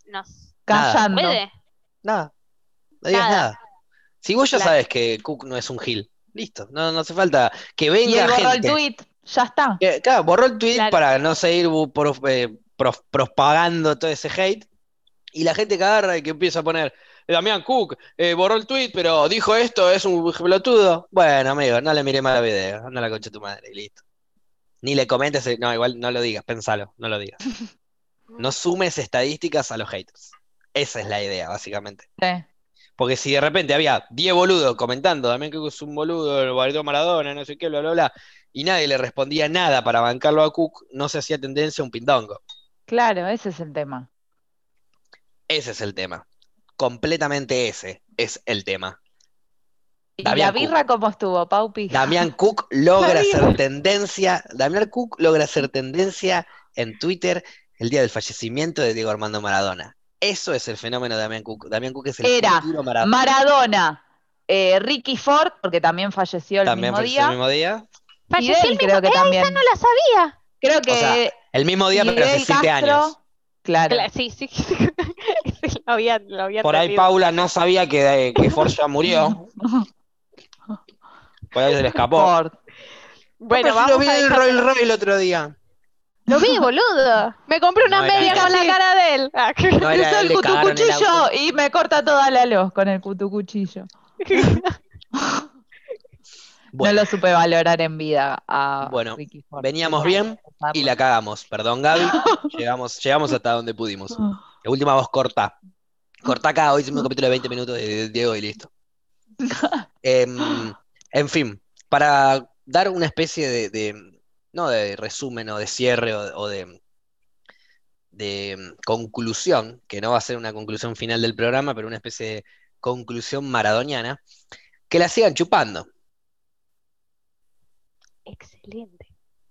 no se Nada, Callando. puede, nada. No digas nada, nada. Si vos ya claro. sabes que Cook no es un gil, listo. No hace falta que Y venga él borró el gente. tweet, ya está. Claro, borró el tweet Claro. para no seguir propagando todo ese hate. Y la gente que agarra y que empieza a poner, Damián Cook borró el tweet, pero dijo esto, es un pelotudo. Bueno, amigo, no le miré más el video, anda a la concha de tu madre y listo. Ni le comentes, no, igual no lo digas, pensalo, no lo digas. No sumes estadísticas a los haters. Esa es la idea, básicamente. Sí. Porque si de repente había 10 boludos comentando, Damián Cook es un boludo, el guardó Maradona, no sé qué, bla, bla, bla, y nadie le respondía nada para bancarlo a Cook, no se hacía tendencia a un pindongo. Claro, ese es el tema. Ese es el tema. Completamente ese es el tema. ¿Y la Damián Cook. birra cómo estuvo, Paupi? Damián Cook La logra hacer birra. tendencia. Damián Cook logra hacer tendencia en Twitter el día del fallecimiento de Diego Armando Maradona. Eso es el fenómeno de Damián Cook. Damián Cook es el Era futuro Maradona. Maradona, Ricky Ford, porque también falleció el También mismo falleció el día. mismo día. Falleció el Fidel mismo, creo que esa no también. la sabía. Creo O sea, que el mismo día, pero hace Fidel 7 años. Castro, claro. Sí, sí, sí, lo había Por ahí entendido. Paula no sabía que Ford ya murió. Por ahí se le escapó. Ford. No, pero Bueno, si lo vi vamos a en el Royal dejárselo. Royal el otro día. Lo vi, boludo. Me compré una No era media Sí, con él. la casi cara de él. No cruzó era él, el le cagaron el auto. cutucuchillo y me corta toda la luz con el cutucuchillo. No Bueno. lo supe valorar en vida a Bueno, Ricky Ford. veníamos Tenía que bien y confesarlo. la cagamos. Perdón, Gaby. Llegamos hasta donde pudimos. La última voz corta. Corta acá, hoy hicimos un capítulo de 20 minutos de Diego y listo. En fin, para dar una especie no de resumen o de cierre o de conclusión, que no va a ser una conclusión final del programa, pero una especie de conclusión maradoniana, que la sigan chupando. Excelente.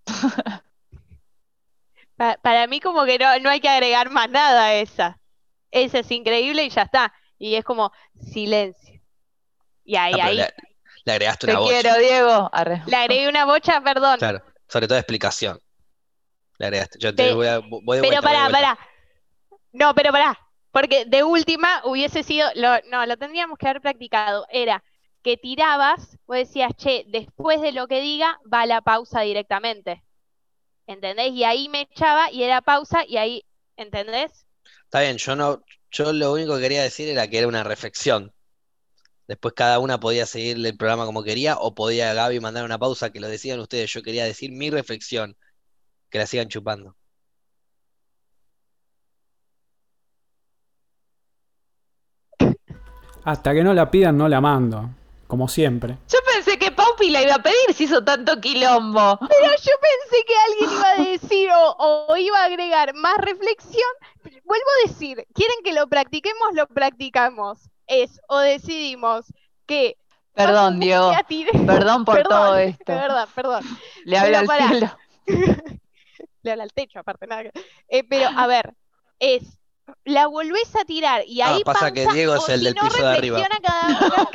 Para mí como que no hay que agregar más nada a esa. Esa es increíble y ya está. Y es como silencio. Y Ah, pero ahí le agregaste una Te bocha, quiero, Diego. Arre. le agregué una bocha, perdón. claro, sobre todo explicación. Le agregaste. Yo te Pe- voy de pero vuelta, voy de vuelta. pará. No, pero pará. Porque de última hubiese sido, no, lo tendríamos que haber practicado. Era que tirabas, vos decías, che, después de lo que diga, va la pausa directamente. ¿Entendés? Y ahí me echaba y era pausa y ahí, ¿entendés? Está bien, yo lo único que quería decir era que era una reflexión. Después cada una podía seguirle el programa como quería, o podía Gaby mandar una pausa que lo decían ustedes. Yo quería decir mi reflexión, que la sigan chupando. Hasta que no la pidan, no la mando. Como siempre. Yo pensé que Paupi la iba a pedir si hizo tanto quilombo. Pero yo pensé que alguien iba a decir o iba a agregar más reflexión. Vuelvo a decir, ¿quieren que lo practiquemos? Lo practicamos. O decidimos que Perdón, Papu Diego. voy a tirar- Perdón por todo de esto. verdad, perdón. Le habla al Pero pará. cielo. Le habla al techo, aparte, nada pero, a ver, la volvés a tirar y ahí pasa que panza, Diego es o el si del no, piso de arriba. reflexiona cada uno.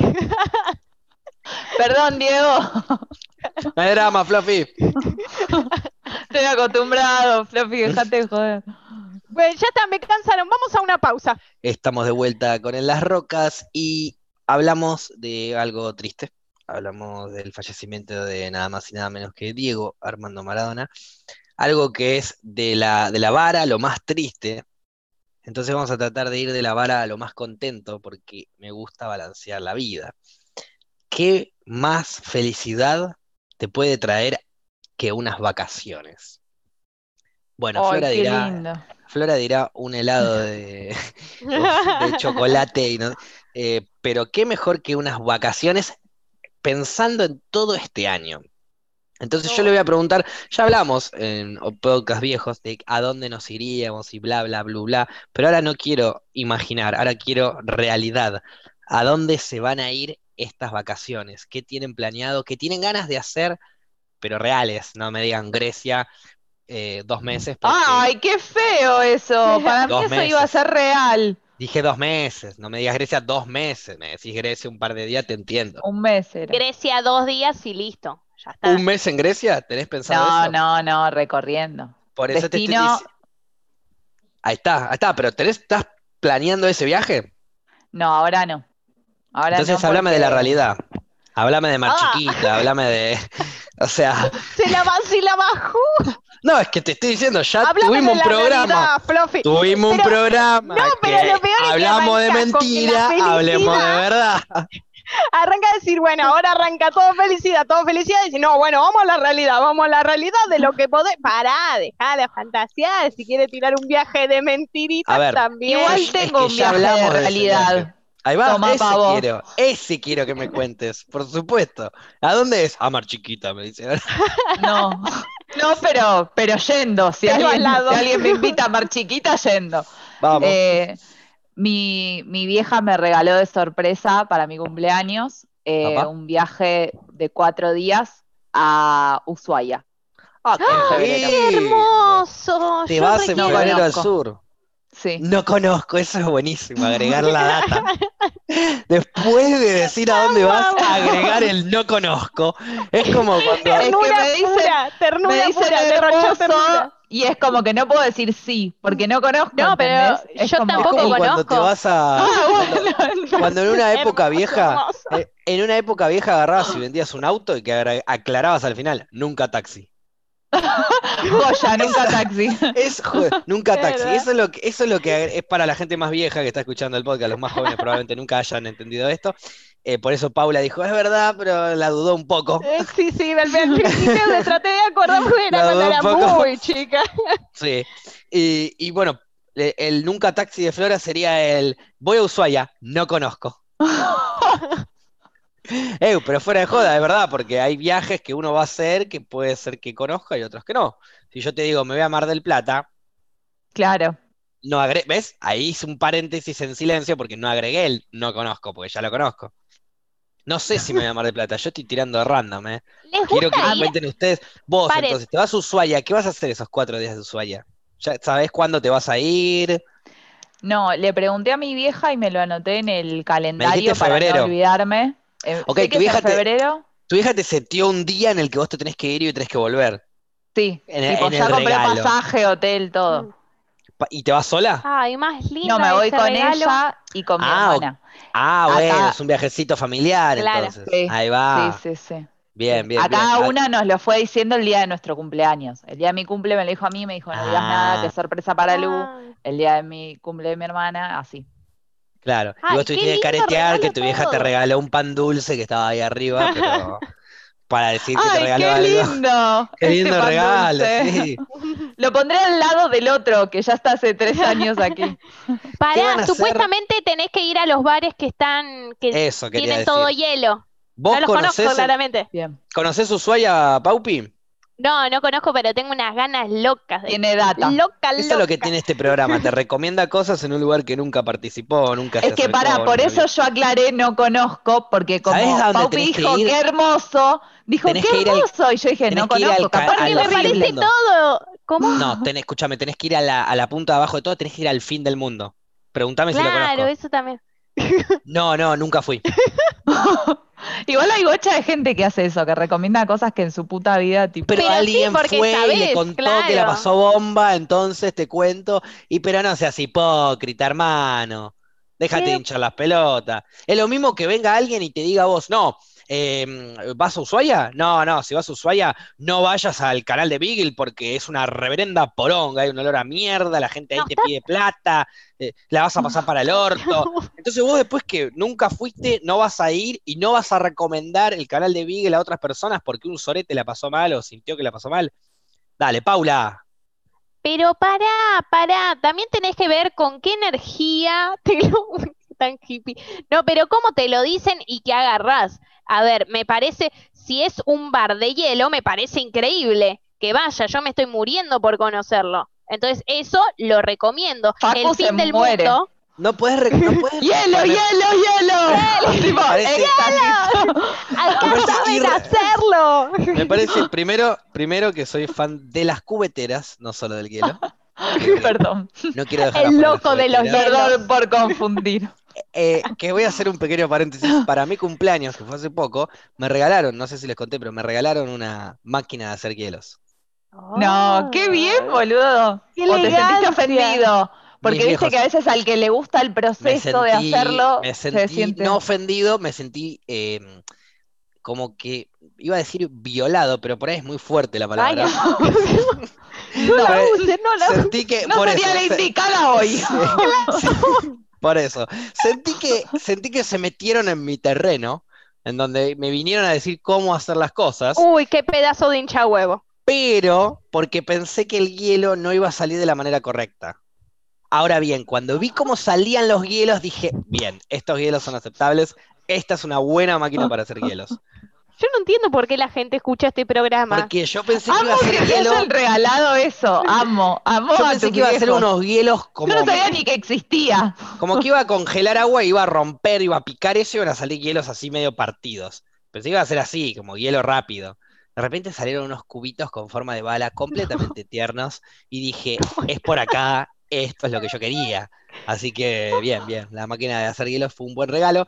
Perdón, Diego. No hay drama, Fluffy. Estoy acostumbrado, Fluffy, dejate de joder. Bueno, ya está, me cansaron. Vamos a una pausa. Estamos de vuelta con En las Rocas y hablamos de algo triste. Hablamos del fallecimiento de nada más y nada menos que Diego Armando Maradona. Algo que es de la vara lo más triste. Entonces vamos a tratar de ir de la vara a lo más contento porque me gusta balancear la vida. ¿Qué más felicidad te puede traer que unas vacaciones? Bueno, Ay, qué lindo. Flora dirá un helado de chocolate, pero qué mejor que unas vacaciones pensando en todo este año. Entonces yo le voy a preguntar, ya hablamos en podcast viejos de a dónde nos iríamos y bla, bla, bla, bla, pero ahora no quiero imaginar, ahora quiero realidad. ¿A dónde se van a ir estas vacaciones? ¿Qué tienen planeado? ¿Qué tienen ganas de hacer? Pero reales, no me digan Grecia 2 meses, porque Ay, qué feo eso. Para mí 2 eso iba a meses. ser real. Dije 2 meses, no me digas Grecia 2 meses, me decís Grecia un par de días, te entiendo. Un mes era. Grecia 2 días y listo. Ya está. ¿Un mes en Grecia? ¿Tenés pensado eso? No, recorriendo. Por eso te estoy Destino, diciendo. Ahí está, pero ¿estás planeando ese viaje? no, ahora no. Ahora Entonces no háblame de la porque- realidad. Háblame de Mar Ah. Chiquita, háblame de. O sea, Se la bajó. no, es que te estoy diciendo, ya Háblame tuvimos de un la programa. realidad, Fluffy. Tuvimos un Pero- programa no, pero que lo peor es que hablamos de arrancás con que la mentira, hablemos de felicidad- verdad. Arranca a decir, bueno, ahora arranca todo felicidad. Y dice, no, bueno, vamos a la realidad de lo que podés. Pará, dejá la fantasía. Si quiere tirar un viaje de mentiritas A ver, también. Igual Es tengo que un ya viaje de hablamos de ese realidad. viaje. Ahí va, Toma, pavo. ese quiero que me cuentes, por supuesto. ¿A dónde es? A Mar Chiquita, me dice. No, pero yendo. Si Pero alguien, al lado. si alguien me invita a Mar Chiquita, yendo. Vamos. Mi vieja me regaló de sorpresa para mi cumpleaños Papá. un viaje de 4 días a Ushuaia. Ah, en febrero. ¡Qué hermoso! Te Yo vas en requiero- febrero al conozco. sur. Sí. No conozco, eso es buenísimo, agregar la data. Después de decir a dónde vas, agregar el no conozco. Es como cuando. Ternura me dicen- pura, ternura Me dicen pura, derrochó hermoso ternura. y es como que no puedo decir sí, porque no conozco, No, pero ¿entendés? yo Es tampoco como cuando te conozco. vas a. Cuando en una época Hermoso, vieja. hermoso. En una época vieja agarrabas y vendías un auto y que aclarabas al final, nunca taxi. Joya, nunca taxi. Nunca Es taxi. verdad. Eso es lo que es para la gente más vieja que está escuchando el podcast. Los más jóvenes probablemente nunca hayan entendido esto. Por eso Paula dijo, es verdad, pero la dudó un poco. Sí, al principio me traté de acordar porque era La cuando dudó era un poco. muy chica. Sí. Y bueno, el nunca taxi de Flora sería el voy a Ushuaia, no conozco. Pero fuera de joda, es verdad, porque hay viajes que uno va a hacer que puede ser que conozca y otros que no. Si yo te digo, me voy a Mar del Plata, Claro. no ¿ves? Ahí hice un paréntesis en silencio porque no agregué el no conozco, porque ya lo conozco. No sé si me voy a Mar del Plata, yo estoy tirando random, ¿eh? ¿Les Quiero que gusta me ir? cuenten ustedes. Vos, Paren. entonces, te vas a Ushuaia, ¿qué vas a hacer esos 4 días de Ushuaia? ¿Ya sabés cuándo te vas a ir? No, le pregunté a mi vieja y me lo anoté en el calendario para febrero. no olvidarme. Ok, sé tu que es vieja en febrero. Tu hija te setió un día en el que vos te tenés que ir y tenés que volver. Sí, En tipo, el ya compré regalo. pasaje, hotel, todo. ¿Y te vas sola? Ay, más lindo No, me voy ese con regalo. ella y con mi Ah, hermana. Bueno, Acá- es un viajecito familiar, Claro. entonces. Sí, Ahí va. sí. Bien, Sí. bien, A bien. cada una nos lo fue diciendo el día de nuestro cumpleaños. El día de mi cumple me lo dijo a mí, me dijo, no digas nada, que es sorpresa para Lu. Ah. El día de mi cumple de mi hermana, así. Claro. Y Ay, vos qué tuviste que lindo caretear que regalo tu vieja te todo. regaló un pan dulce que estaba ahí arriba, para decir que te ¡Ay, regaló qué algo. lindo! Qué lindo pan regalo, dulce. sí. Lo pondré al lado del otro, que ya está hace 3 años aquí. ¿Qué Pará, van a hacer? supuestamente tenés que ir a los bares que Eso quería tienen todo decir. hielo. ¿Vos No los conozco, claramente. Bien. conocés Ushuaia, Paupi? No conozco, pero tengo unas ganas locas de Tiene data. loca, Eso es lo que loca. tiene este programa, te recomienda cosas en un lugar que nunca participó, nunca se Es que acercó, por nunca eso vio. yo aclaré, no conozco, porque ¿Sabés a como dónde Paupi tenés que dijo, ir? qué hermoso, dijo, Tenés qué que ir hermoso, y yo dije, tenés no que ir conozco, capaz Porque que me es al fin del parece horrible. mundo. todo. ¿Cómo? No, escúchame, tenés que ir a la punta de abajo de todo, tenés que ir al fin del mundo. Pregúntame si lo Claro, conozco. eso también. No, nunca fui. Igual hay bocha de gente que hace eso, que recomienda cosas que en su puta vida, Pero tipo, Pero sí, alguien porque fue y le sabés, contó que la claro. pasó bomba, entonces te cuento. Pero no seas hipócrita, hermano. Déjate de ¿Qué? hinchar las pelotas. Es lo mismo que venga alguien y te diga a vos, no, ¿vas a Ushuaia? No, si vas a Ushuaia, no vayas al canal de Beagle porque es una reverenda poronga, hay un olor a mierda, la gente ahí No, te está. pide plata, la vas a pasar para el orto. Entonces vos después que nunca fuiste, no vas a ir y no vas a recomendar el canal de Beagle a otras personas porque un sorete la pasó mal o sintió que la pasó mal. Dale, Paula. Pero pará. También tenés que ver con qué energía te lo. Tan hippie. No, pero cómo te lo dicen y qué agarrás. A ver, me parece, si es un bar de hielo, me parece increíble que vaya. Yo me estoy muriendo por conocerlo. Entonces, eso lo recomiendo. El Facu se fin del muere. mundo. No puedes. ¡Hielo, me, hielo! Tipo, me parece, éxtasis. Acá me parece saben irre- hacerlo. me parece primero que soy fan de las cubeteras, no solo del hielo. Perdón. No quiero dejar El afuera las loco de los cubeteras. Perdón por confundir. Que voy a hacer un pequeño paréntesis. Para mi cumpleaños, que fue hace poco, me regalaron, no sé si les conté, pero me regalaron una máquina de hacer hielos. No, qué bien, boludo. ¡Qué O te sentiste elegancia! ofendido. Mis Porque viste viejos, que a veces al que le gusta el proceso de hacerlo, me se sentí, no siente. ofendido, me sentí como que, iba a decir violado, pero por ahí es muy fuerte la Ay, palabra. no la Pero uses, no la uses. sentí que, No por sería eso, la indicada hoy. sí, por eso, sentí que se metieron en mi terreno, en donde me vinieron a decir cómo hacer las cosas. Uy, qué pedazo de hincha huevo. Pero porque pensé que el hielo no iba a salir de la manera correcta. Ahora bien, cuando vi cómo salían los hielos, dije, bien, estos hielos son aceptables, esta es una buena máquina para hacer hielos. Yo no entiendo por qué la gente escucha este programa. Porque yo pensé que iba a Amo ser que te hielo, hayan regalado eso. Amo yo a pensé tus que iba a ser viejos. unos hielos Yo no sabía ni que existía. como que iba a congelar agua, iba a romper, iba a picar eso y iban a salir hielos así medio partidos. Pensé que iba a ser así, como hielo rápido. De repente salieron unos cubitos con forma de bala completamente tiernos y dije, es por acá, esto es lo que yo quería. Así que bien, la máquina de hacer hielos fue un buen regalo.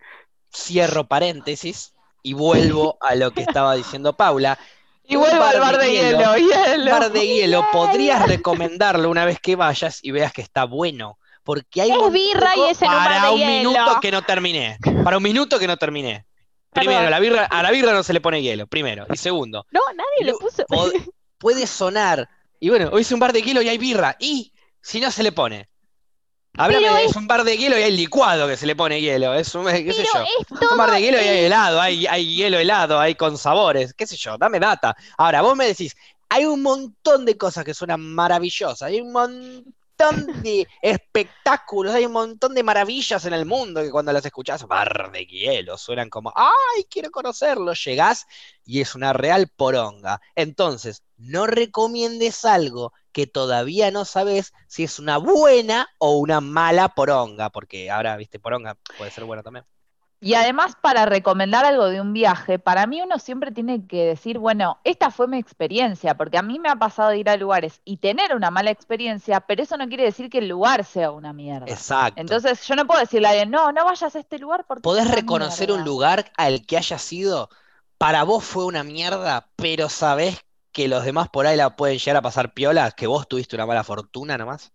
Cierro paréntesis y vuelvo a lo que estaba diciendo Paula. Y vuelvo al bar de hielo, Un bar de hielo, Hielo. podrías recomendarlo una vez que vayas y veas que está bueno. Porque hay un Es montón de birra y es en un bar para de un hielo. minuto que no terminé. Para un minuto que no terminé. Primero, Perdón. a la birra no se le pone hielo, primero. Y segundo, No, nadie le lo- puso. puede sonar. Y bueno, hoy es un bar de hielo y hay birra. Y si no se le pone. Háblame, Pero es un bar de hielo y hay licuado que se le pone hielo. Es un, qué sé Pero yo. es Es un bar todo. de hielo y hay helado, hay hielo helado, hay con sabores, qué sé yo, dame data. Ahora, vos me decís, hay un montón de cosas que suenan maravillosas, hay un montón de espectáculos, hay un montón de maravillas en el mundo que cuando las escuchás, bar de hielo, suenan como, ¡ay, quiero conocerlo! Llegás y es una real poronga. Entonces, no recomiendes algo que todavía no sabes si es una buena o una mala poronga, porque ahora, viste, poronga puede ser buena también. Y además, para recomendar algo de un viaje, para mí uno siempre tiene que decir, bueno, esta fue mi experiencia, porque a mí me ha pasado de ir a lugares y tener una mala experiencia, pero eso no quiere decir que el lugar sea una mierda. Exacto. Entonces, yo no puedo decirle a alguien, no vayas a este lugar porque Podés es una reconocer un mierda. lugar al que haya sido, para vos fue una mierda, pero sabés que los demás por ahí la pueden llegar a pasar piola, que vos tuviste una mala fortuna nomás.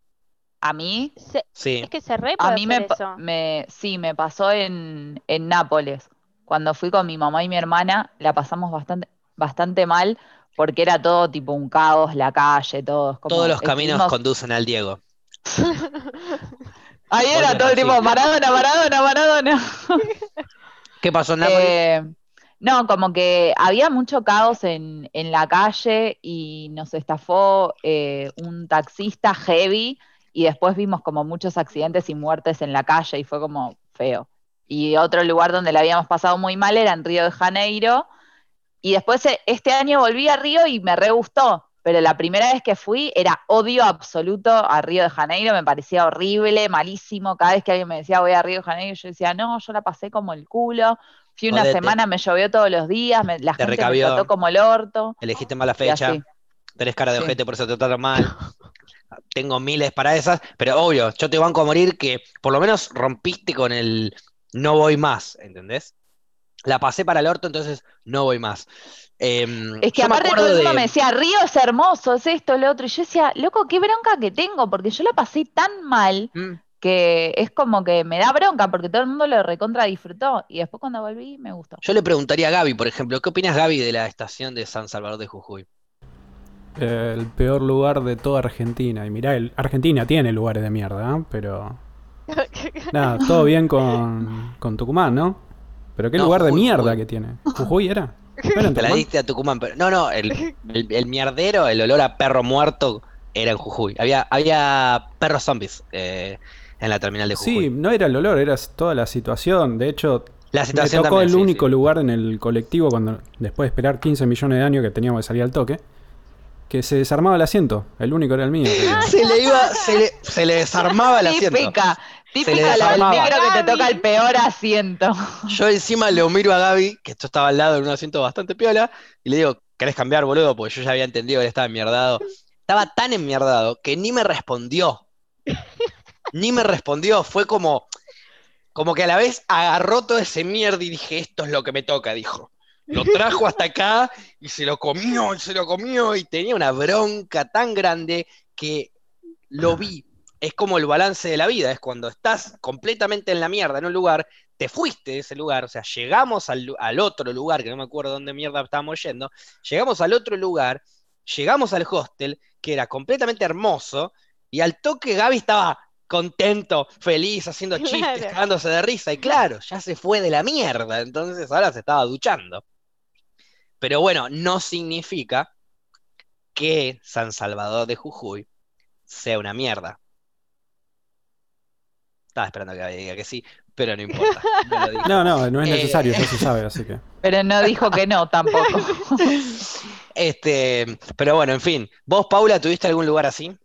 A mí, Sí. Es que se re a puede mí hacer eso. sí, me pasó en Nápoles. Cuando fui con mi mamá y mi hermana, la pasamos bastante mal, porque era todo tipo un caos, la calle, todo. Es Todos como los caminos estuvimos. conducen al Diego. Ahí Porque era es todo el así. tipo, Maradona. ¿Qué pasó en Nápoles? Eh, No, como que había mucho caos en la calle y nos estafó un taxista heavy y después vimos como muchos accidentes y muertes en la calle y fue como feo. Y otro lugar donde la habíamos pasado muy mal era en Río de Janeiro y después este año volví a Río y me re gustó, pero la primera vez que fui era odio absoluto a Río de Janeiro, me parecía horrible, malísimo. Cada vez que alguien me decía voy a Río de Janeiro, yo decía, no, yo la pasé como el culo. Fui una Jodete, semana, me llovió todos los días, la te gente me trató recabió, como el orto elegiste mala y fecha, así. tenés cara de Sí. ojete, por eso te trataron mal. Tengo miles para esas, pero obvio, yo te banco a morir que por lo menos rompiste con el no voy más, ¿entendés? La pasé para el orto, entonces no voy más. Es que Yo me aparte todo acuerdo el mundo me de... decía, Río es hermoso, es esto, lo otro. Y yo decía, loco, qué bronca que tengo, porque yo la pasé tan mal Mm, que es como que me da bronca, porque todo el mundo lo recontra disfrutó. Y después cuando volví, me gustó. Yo le preguntaría a Gaby, por ejemplo, ¿qué opinas, Gaby, de la estación de San Salvador de Jujuy? El peor lugar de toda Argentina. Y mirá, Argentina tiene lugares de mierda, ¿eh? Pero nada, todo bien con Tucumán, ¿no? Pero qué No, lugar de Jujuy, mierda Jujuy. que tiene. ¿Jujuy era? ¿No era en Te la Tucumán? diste a Tucumán, pero no, no, el mierdero, el olor a perro muerto era en Jujuy. Había perros zombies en la terminal de Sí, Jujuy. no era el olor, era toda la situación. De hecho, La me situación tocó también, el sí, único sí. lugar en el colectivo cuando, después de esperar 15 millones de años que teníamos que salir al toque, que se desarmaba el asiento. El único era el mío. Se le desarmaba el asiento. Típica, Se le típica la del desarmaba. micro que te Gaby. toca el peor asiento. Yo encima le miro a Gaby, que esto estaba al lado en un asiento bastante piola, y le digo, ¿querés cambiar, boludo? Porque yo ya había entendido que él estaba enmierdado. Estaba tan enmierdado que ni me respondió. Ni me respondió. Fue como que a la vez agarró todo ese mierda y dije, esto es lo que me toca, dijo. Lo trajo hasta acá y se lo comió, y tenía una bronca tan grande que lo vi. Es como el balance de la vida, es cuando estás completamente en la mierda en un lugar, te fuiste de ese lugar, o sea, llegamos al otro lugar, que no me acuerdo dónde mierda estábamos yendo, llegamos al otro lugar, llegamos al hostel, que era completamente hermoso, y al toque Gaby estaba contento, feliz, haciendo chistes, Claro. cagándose de risa, y claro, ya se fue de la mierda, entonces ahora se estaba duchando. Pero bueno, no significa que San Salvador de Jujuy sea una mierda. Estaba esperando que diga que sí, pero no importa. No lo dijo. No es necesario, ya se sabe, así que. Pero no dijo que no tampoco. Pero bueno, en fin. ¿Vos, Paula, tuviste algún lugar así?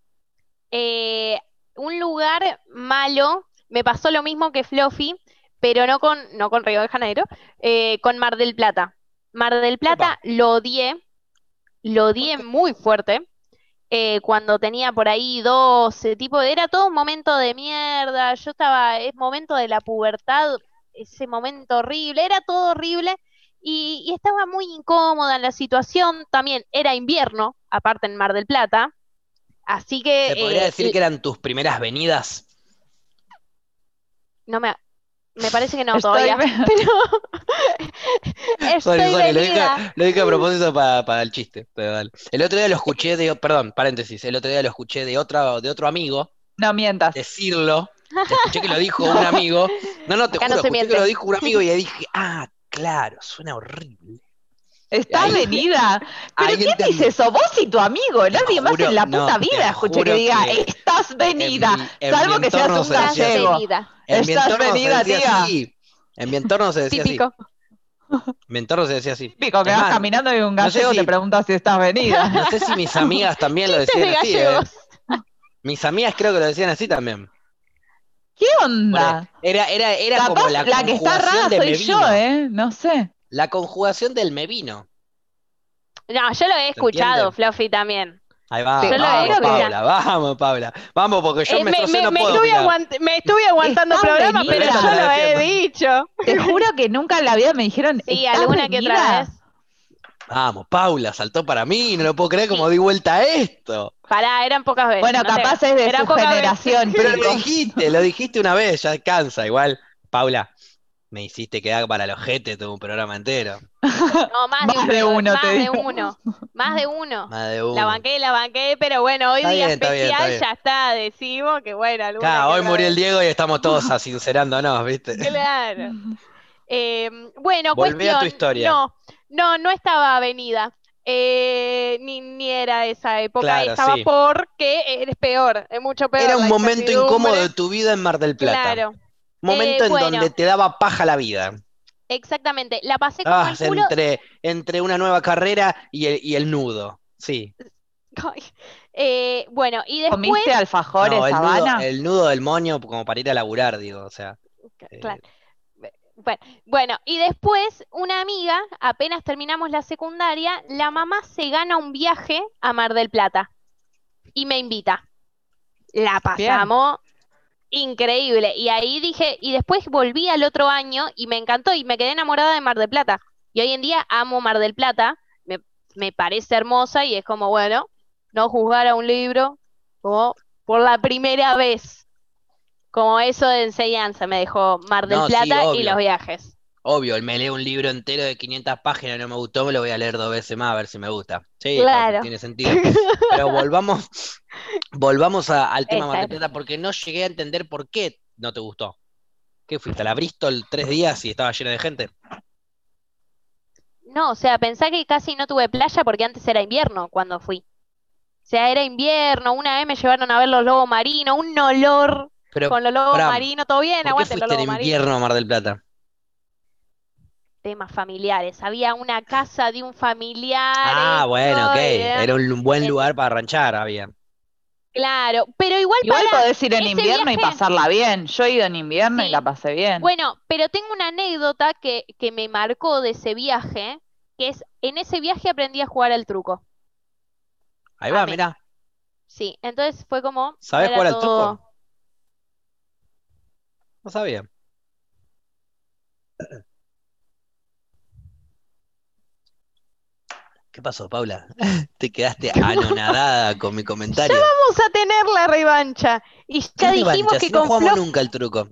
Un lugar malo, me pasó lo mismo que Fluffy, pero no con Río de Janeiro, con Mar del Plata. Mar del Plata Epa. lo ¿Por odié qué? muy fuerte. Cuando tenía por ahí 12, tipo, era todo un momento de mierda, es momento de la pubertad, ese momento horrible, era todo horrible y estaba muy incómoda en la situación, también era invierno, aparte en Mar del Plata, así ¿Se podría que decir que eran tus primeras venidas? no me parece que no Estoy. todavía, pero Sorry, estoy sorry, venida. lo dije a propósito para el chiste, pero dale. El otro día lo escuché perdón, paréntesis, el otro día lo escuché de otro amigo No mientas. decirlo. Escuché que lo dijo un amigo. No, no, te Acá no juro, se escuché que lo miente. dijo un amigo y dije, ah, claro, suena horrible. ¿Estás Ahí, venida? ¿Pero ahí quién dice entendí. eso? Vos y tu amigo. Te Nadie más juro, en la no, puta te vida escuché que juro diga, que estás venida. en mi Salvo que seas entorno un se decía Estás así. gallego. venida, En mi ¿Estás entorno se venida, decía tía? así. En mi entorno se decía así. típico. En mi entorno se decía así. Típico, que Es vas más, caminando y un no sé gallego te si, pregunta si estás venida. no sé si mis amigas también lo Chistes decían de así, gallegos. Mis amigas creo que lo decían así también. ¿Qué onda? Era como Capaz la la que está conjugación rara de soy me yo, vino. No sé. La conjugación del me vino. No, yo lo he ¿Se escuchado, entiende? Fluffy también. Ahí va, Te Yo lo he vamos, juro que escuchado. Paula, vamos, Paula. Vamos, porque yo me estrocé, no Me puedo estuve opinar. me estuve aguantando estás programa, Pero pero esta yo te venida. la lo he defiendo. dicho. Te juro que nunca en la vida me dijeron, Sí, ¿estás alguna que otra vez. venida? Vamos, Paula, saltó para mí, no lo puedo creer como Sí, di vuelta a esto. pará, eran pocas veces. Bueno, No te capaz hagas. es de su Eran pocas veces. generación, Pero chicos. lo dijiste una vez, ya cansa. Igual, Paula, me hiciste quedar para el ojete todo un programa entero. No, Más de uno, te más de digo. uno. Más de uno. Más de uno. La banqué, pero bueno, hoy Está día bien, está bien, está especial bien. ya está, decimos que bueno, alguna Claro, que hoy otra murió el vez. Diego y estamos todos asincerándonos, ¿viste? Claro. Bueno, Volvé a tu cuestión, historia. no estaba Avenida. Ni era esa época, Claro, estaba sí. porque es peor, es mucho peor Era un la momento incómodo de incertidumbre. tu vida en Mar del Plata. Claro. Momento en donde Bueno, te daba paja la vida. exactamente. La pasé como Ah, el culo. entre una nueva carrera y el nudo. Sí. Ay, bueno, y ¿Comiste después, No, alfajores, Habana? el nudo del moño como para ir a laburar, digo. O sea. claro, eh, bueno, y después una amiga, apenas terminamos la secundaria, la mamá se gana un viaje a Mar del Plata y me invita. La Bien. pasamos increíble. Y ahí dije, y después volví al otro año y me encantó y me quedé enamorada de Mar del Plata. Y hoy en día amo Mar del Plata, me parece hermosa y es como, bueno, no juzgar a un libro como por la primera vez, como eso de enseñanza me dejó Mar del no, sí, Plata y los obvio. viajes. Obvio, me leo un libro entero de 500 páginas, no me gustó, me lo voy a leer 2 veces más a ver si me gusta. Sí, Claro. tiene sentido. Pero volvamos al tema Mar Esa del era. Plata, porque no llegué a entender por qué no te gustó. ¿Qué fuiste a la Bristol 3 días y estaba llena de gente? No, o sea, pensá que casi no tuve playa porque antes era invierno cuando fui. O sea, era invierno, una vez me llevaron a ver los lobos marinos, un olor Pero, con los lobos pará, marinos, todo bien, ¿por qué aguante los fuiste en lobos marinos. invierno a Mar del Plata? Temas familiares, había una casa de un familiar, Ah, bueno, ok. y demás. Era un buen En- lugar para ranchar, había. claro, pero igual Igual para podés ir en ese invierno y viaje, pasarla bien. Yo he ido en invierno y la sí. pasé bien. Bueno, pero tengo una anécdota que me marcó de ese viaje, que es, en ese viaje aprendí a jugar al truco. Ahí va, Amé. mirá. Sí, entonces fue como, no ¿Sabés era jugar al truco? todo. No sabía. ¿Qué pasó, Paula? Te quedaste anonadada con mi Ya comentario. vamos a tener la revancha. Y ¿Qué ya dijimos revancha? que Si no con jugamos Fluff, nunca al truco.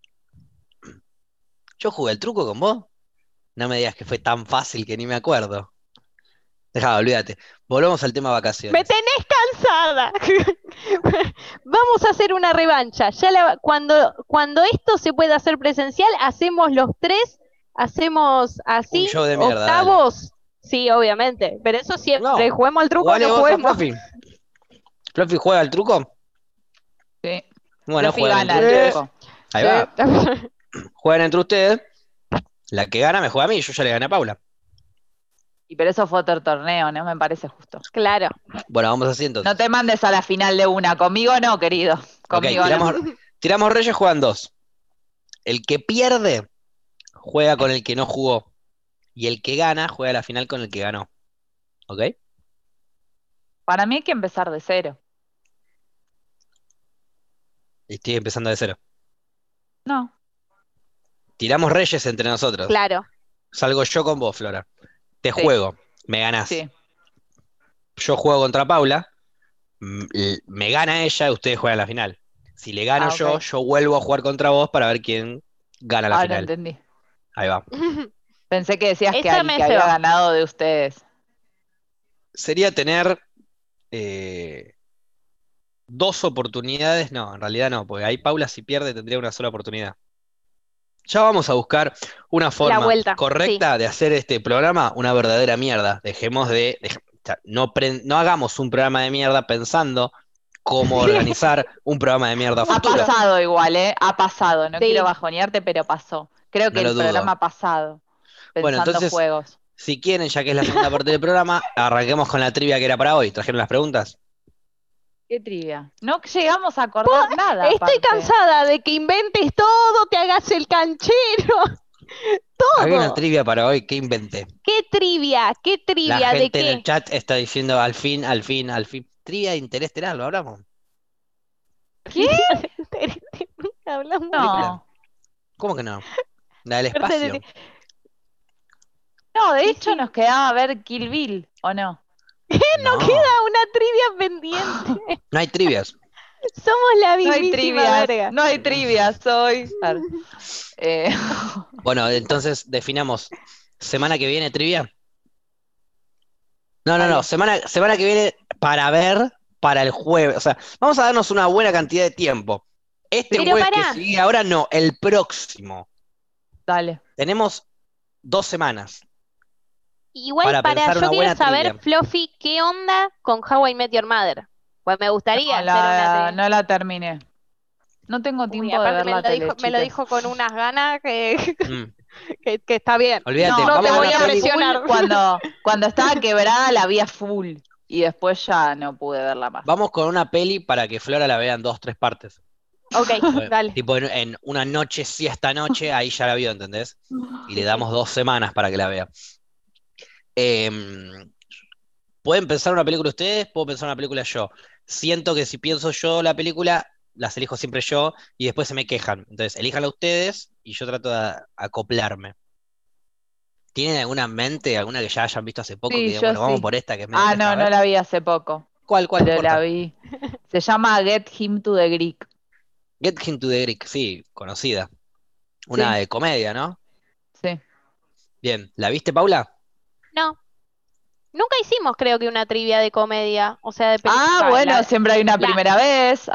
¿Yo jugué al truco con vos? No me digas que fue tan fácil que ni me acuerdo. Dejá, olvídate. Volvamos al tema me vacaciones. tenés cansada. Vamos a hacer una revancha. Cuando esto se pueda hacer presencial, hacemos los tres, hacemos Un así, show de mierda, dale. octavos. Sí, obviamente. Pero eso siempre, No, juguemos al truco o jugale no vos a juguemos. Fluffy. ¿Fluffy juega al truco? Sí. Bueno, Fluffy juegan gana entre el ustedes. truco. Ahí Sí. va. Juegan entre ustedes. La que gana me juega a mí. Yo ya le gané a Paula. Y pero eso fue otro torneo, no me parece justo. Claro. Bueno, vamos así No entonces. te mandes a la final de una. Conmigo no, querido. Ok, Conmigo no. tiramos Reyes, juegan dos. El que pierde juega con el que no jugó. Y el que gana juega la final con el que ganó. ¿Ok? Para mí hay que empezar de cero. Estoy empezando de cero. No. Tiramos Reyes entre nosotros. Claro. Salgo yo con vos, Flora. Te Sí, juego. Me ganás. sí. Yo juego contra Paula. Me gana ella, ustedes juegan la final. Si le gano Ah, yo, ok. yo vuelvo a jugar contra vos para ver quién gana la Ah, no final. entendí. Ahí va. Pensé que decías que Esa el me que había ceba. ganado de ustedes. Sería tener eh, 2 oportunidades. No, en realidad no, porque ahí Paula si pierde tendría una sola oportunidad. Ya vamos a buscar una La forma vuelta, sí. correcta de hacer este programa una verdadera mierda. O sea, no hagamos un programa de mierda pensando cómo organizar un programa de mierda a Ha futuro. pasado igual, ¿eh? Ha pasado. No quiero Sí. bajonearte, pero pasó. Creo No que lo el dudo. programa pasado, Bueno, pensando entonces, juegos. si quieren, ya que es la segunda parte del programa, arranquemos con la trivia que era para hoy. ¿Trajeron las preguntas? Qué trivia. No llegamos a acordar nada, Estoy aparte. cansada de que inventes todo, te hagas el canchero, Había una todo. trivia para hoy, ¿qué inventé? ¿Qué trivia? ¿Qué La trivia? ¿De gente en el qué? chat está diciendo al fin, al fin, al fin. Trivia de Interestelar, ¿lo hablamos? ¿Qué? Trivia de interés. Hablamos de ¿Película? No. ¿Cómo que no? La del Interés. espacio. No, de Sí, hecho sí. nos quedaba ver Kill Bill, ¿o no? No No, queda una trivia pendiente. no hay trivias. Somos la No hay mismísima trivias, verga. no hay trivias hoy. Eh, Bueno, entonces definamos. ¿Semana que viene trivia? No, no, no. Dale. Semana que viene para ver para el jueves. O sea, vamos a darnos una buena cantidad de tiempo. Este Sí, Pero jueves que pará, sigue ahora no, el próximo. dale. Tenemos 2 semanas Igual para pensar yo una quiero buena saber, trivia. Fluffy, ¿qué onda con How I Met Your Mother? Pues me gustaría hacer una... No la terminé. No tengo Uy, tiempo de aparte ver la tele, me lo chicas. dijo con unas ganas Mm, que está bien. Olvídate, No, No vamos te a ver voy una a peli. presionar. Cuando estaba quebrada la vi a full. Y después ya no pude verla más. Vamos con una peli para que Flora la vea en 2, 3 partes. Ok, Bueno, dale. tipo en una noche, sí, esta noche, ahí ya la vio, ¿entendés? Y le Sí, damos sí. 2 semanas para que la vea. Em, ¿Pueden pensar una película ustedes? Puedo pensar una película yo. Siento que si pienso yo la película, las elijo siempre yo y después se me quejan. Entonces, elíjanla ustedes y yo trato de acoplarme. ¿Tienen alguna en mente, alguna que ya hayan visto hace poco que Sí, digan, yo bueno, vamos sí. por esta que es medio de esta? A No ver, la vi hace poco. ¿cuál? No Pero la importa. vi. Se llama Get Him to the Greek. Get Him to the Greek, sí, conocida. Una Sí, de comedia, ¿no? sí. Bien, ¿la viste, Paula? No, nunca hicimos creo que una trivia de comedia, o sea, de Ah, película. bueno, siempre hay una primera vez.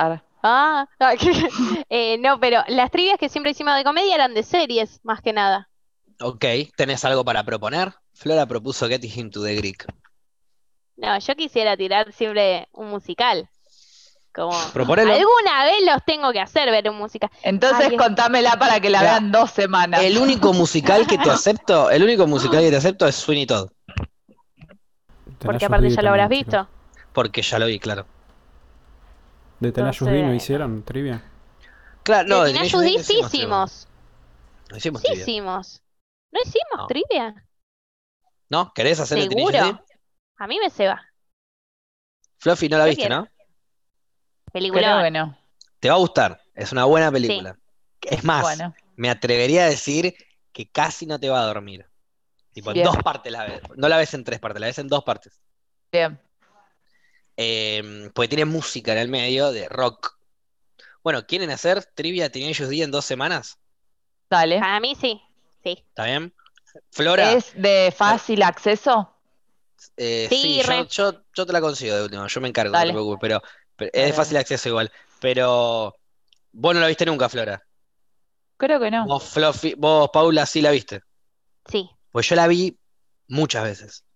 No, pero las trivias que siempre hicimos de comedia eran de series, más que nada. Ok, ¿tenés algo para proponer? Flora propuso Get Him to the Greek. No, yo quisiera tirar siempre un musical. Como, Proponelo. alguna vez los tengo que hacer ver un musical. Entonces Ay, contámela para que la Mirá, vean 2 semanas. el único musical que te acepto, el único musical que te acepto es Sweeney Todd, porque Tenacious aparte D ya lo habrás también, chicos. visto. porque ya lo vi, claro. ¿De Tenacious D no Entonces, hicieron trivia? Claro, de no, de Tenacious Tenacious D D no sí hicimos trivia. hicimos. No hicimos Sí trivia. hicimos. ¿No hicimos No. trivia? ¿No? ¿Querés hacer de Tenacious D? ¿Seguro? A mí me ceba. Fluffy, no la Yo viste, quiero. ¿no? Creo Peliculón. que no. Te va a gustar, es una buena Sí. película. Es más, Bueno, me atrevería a decir que casi no te va a dormir. Tipo, en bien, 2 partes la ves. No la ves en 3 partes, la ves en 2 partes. bien. Porque tiene música en el medio de rock. Bueno, ¿quieren hacer trivia Teenage D en 2 semanas? Dale. Para mí sí. Sí. ¿Está bien? Flora, ¿Es de me- fácil acceso? sí, Sí, re. yo te la consigo de último, yo me encargo, no te Dale, preocupes, pero es de dale, fácil dale. acceso igual. Pero vos no la viste nunca, Flora. Creo que no. Vos, Paula, sí la viste. Sí. Pues yo la vi muchas veces.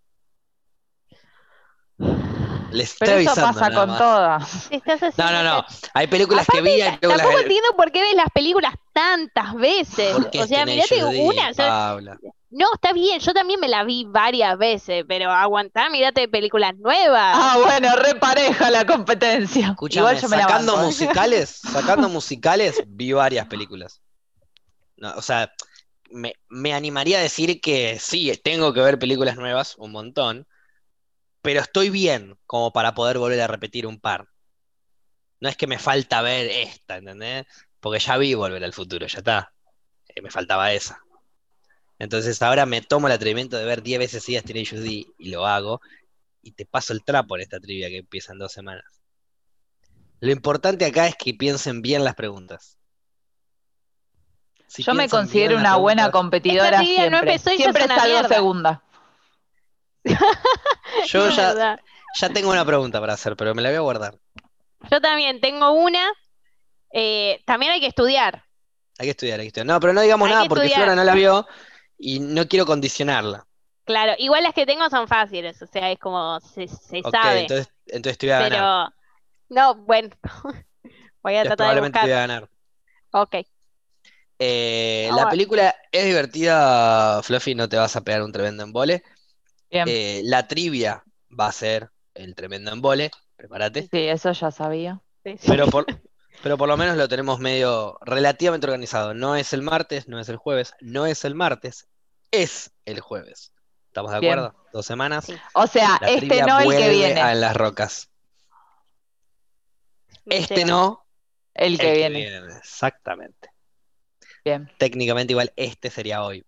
Les estoy Pero eso avisando pasa nada con más. todas. Te estás No, haciendo no, no. cacho. Hay películas que Aparte, vi, hay películas tampoco que... entiendo por qué ves las películas tantas veces. Porque O es sea, mirate Tenacious D, una. Paula. No, está bien, yo también me la vi varias veces, pero aguantá, mirate películas nuevas. Bueno, re pareja la competencia. Igual Escúchame, yo me la banco, ¿eh? sacando musicales, vi varias películas. No, o sea, me animaría a decir que sí, tengo que ver películas nuevas, un montón, pero estoy bien como para poder volver a repetir un par. No es que me falta ver esta, ¿entendés? Porque ya vi Volver al Futuro, ya está. Me faltaba esa. Entonces ahora me tomo el atrevimiento de ver 10 veces seguidas Teenage D y lo hago, y te paso el trapo en esta trivia que empieza en 2 semanas. Lo importante acá es que piensen bien las preguntas. Si Yo me piensan bien considero las una buena preguntas, Esta competidora trivia no siempre. empezó y ya es Siempre una salgo mierda. segunda. yo Es ya, verdad. ya tengo una pregunta para hacer, pero me la voy a guardar. Yo también tengo una. También hay que estudiar. Hay que estudiar, hay que estudiar. No, pero no digamos Hay que nada porque Flora estudiar. no la vio y no quiero condicionarla. Claro, igual las que tengo son fáciles, o sea, es como se Ok, sabe. entonces te voy a ganar. Pero, no, bueno, voy a Entonces tratar de probablemente te buscar. voy a ganar. Ok. La Vamos. película es divertida, Fluffy, no te vas a pegar un tremendo embole. Bien. La trivia va a ser el tremendo embole, prepárate. Sí, eso ya sabía. Sí, sí. Pero por lo menos lo tenemos medio relativamente organizado. No es el martes, no es el jueves, no es el martes, es el jueves. ¿Estamos de Bien. acuerdo? 2 semanas. Sí, O sea, La este trivia no el que vuelve a viene. En las Rocas. me Este ceba. no, El que el que viene. viene. Exactamente. Bien. Técnicamente igual este sería hoy.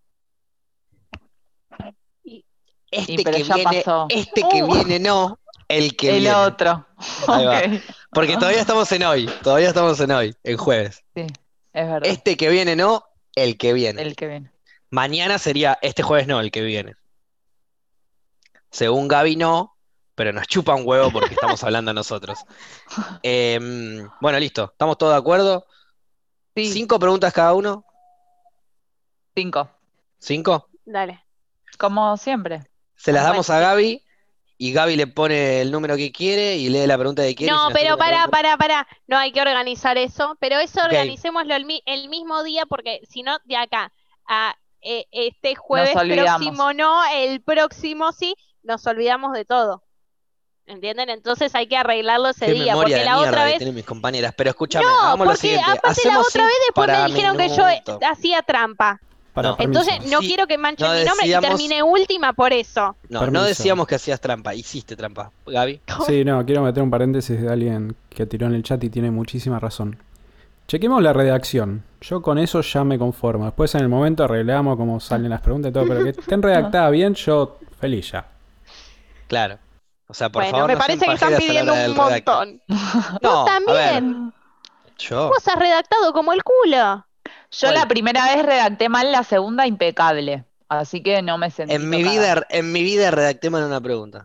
Y- Pero ya pasó. Este que viene no, el que El viene. otro. Ahí va. Ok. Porque todavía estamos en hoy, en jueves. Sí, es verdad. Este que viene no, el que viene. El que viene. Mañana sería este jueves no, el que viene. Según Gaby no, pero nos chupa un huevo porque estamos hablando nosotros. Bueno, listo, ¿estamos todos de acuerdo? Sí, 5 preguntas cada uno. 5. ¿5? Dale. Como siempre. Se las Bueno, damos a Gaby y Gaby le pone el número que quiere y lee la pregunta que quiere. Y si No, nos toca pero una pregunta... para. No hay que organizar eso, pero eso Ok, organicémoslo el mismo día, porque si no, de acá a este Nos jueves olvidamos. próximo no, el próximo sí, nos olvidamos de todo. ¿Entienden? Entonces hay que arreglarlo ese qué día, memoria porque de la otra mierda que vez, tienen mis compañeras. Pero escúchame, no, hagamos lo porque siguiente. aparte la Hacemos otra vez 5 después me para dijeron que yo minuto. hacía trampa. Para No, Entonces permiso. no sí, quiero que manchen no mi nombre y decíamos, terminé última por eso. no Permiso. decíamos que hacías trampa, hiciste trampa. Gaby, Sí, no, quiero meter un paréntesis de alguien que tiró en el chat y tiene muchísima razón. Chequemos la redacción. Yo con eso ya me conformo. Después en el momento arreglamos cómo salen las preguntas y todo, pero que estén redactadas bien, yo feliz ya. claro. O sea, por Bueno, favor, me no sean parece que están pajeras a la pidiendo hora un del redacte. montón. Vos No, a ver, también. yo. Vos has redactado como el culo. Yo ¿Cuál? la primera vez redacté mal, la segunda impecable. Así que no me sentí En mi vida redacté mal una pregunta.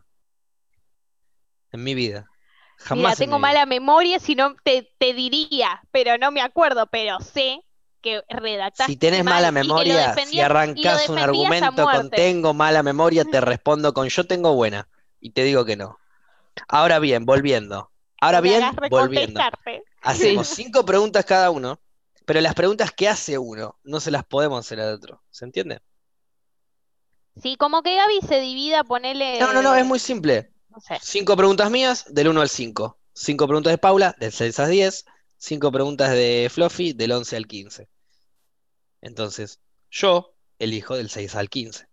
En mi vida. Mira, Jamás en mi tengo vida. mala memoria, si no te diría, pero no me acuerdo, pero sé que Si redactaste tenés mala mal y que lo memoria, si defendías arrancás un a argumento con muerte. tengo mala memoria, te respondo con yo tengo buena. Y te digo que no. Ahora bien, volviendo. No me hagas recontestarte. Hacemos Sí. 5 preguntas cada uno, pero las preguntas que hace uno no se las podemos hacer al otro. ¿Se entiende? Sí, como que Gaby se divida, No, es ponele, muy simple. no sé. 5 preguntas mías del 1 al 5. 5 preguntas de Paula del 6 al 10. 5 preguntas de Fluffy del 11 al 15. Entonces, yo elijo del 6 al 15.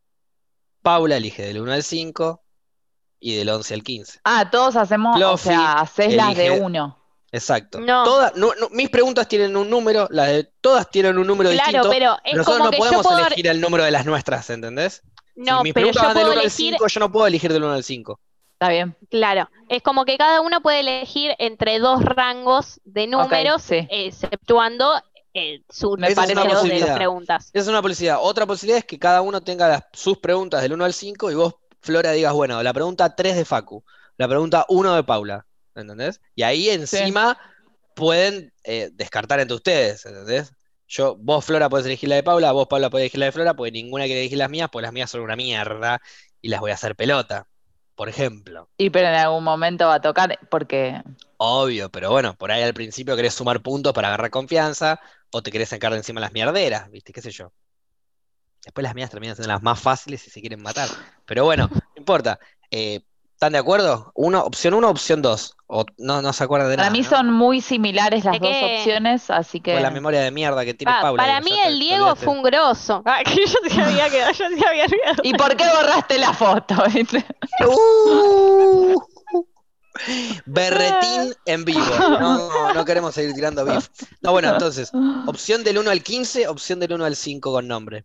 Paula elige del 1 al 5 y del 11 al 15. Ah, todos hacemos, o Fluffy sea, hacés las de elige, uno. exacto. No, Todas, mis preguntas tienen un número, las de todas tienen un número claro, distinto, pero pero es nosotros como no que yo podemos puedo, elegir el número de las nuestras, ¿entendés? Si no, mis pero preguntas yo van del puedo 1 al elegir, 5, yo no puedo elegir del 1 al 5. Está bien. claro, es como que cada uno puede elegir entre dos rangos de Ok, números, sí. exceptuando su Me Esa es una parece número de posibilidad. preguntas. Esa es una posibilidad. Otra posibilidad es que cada uno tenga sus preguntas del 1 al 5 y vos, Flora, digas, bueno, la pregunta 3 de Facu, la pregunta 1 de Paula, ¿entendés? Y ahí encima pueden descartar entre ustedes, ¿entendés? Vos, Flora, podés elegir la de Paula, vos, Paula, podés elegir la de Flora, porque ninguna quiere elegir las mías, pues las mías son una mierda y las voy a hacer pelota, por ejemplo. Y pero en algún momento va a tocar, porque Obvio, pero bueno, por ahí al principio querés sumar puntos para agarrar confianza o te querés sacar de encima las mierderas, ¿viste? ¿Qué sé yo? Después las mías terminan siendo las más fáciles si se quieren matar. Pero bueno, no importa. ¿Están de acuerdo? Opción 1, opción 2. O no se acuerdan de para nada, mí ¿no? son muy similares las ¿De dos qué? opciones, así Con la que memoria de mierda que tiene Paula. Para ya mí te el Diego olvidaste. fue un grosso. Que yo te había quedado, yo te había olvidado. ¿y por qué borraste la foto? ¿Viste? Berretín en vivo. No queremos seguir tirando beef. No, bueno, entonces, opción del 1 al 15, opción del 1 al 5 con nombre.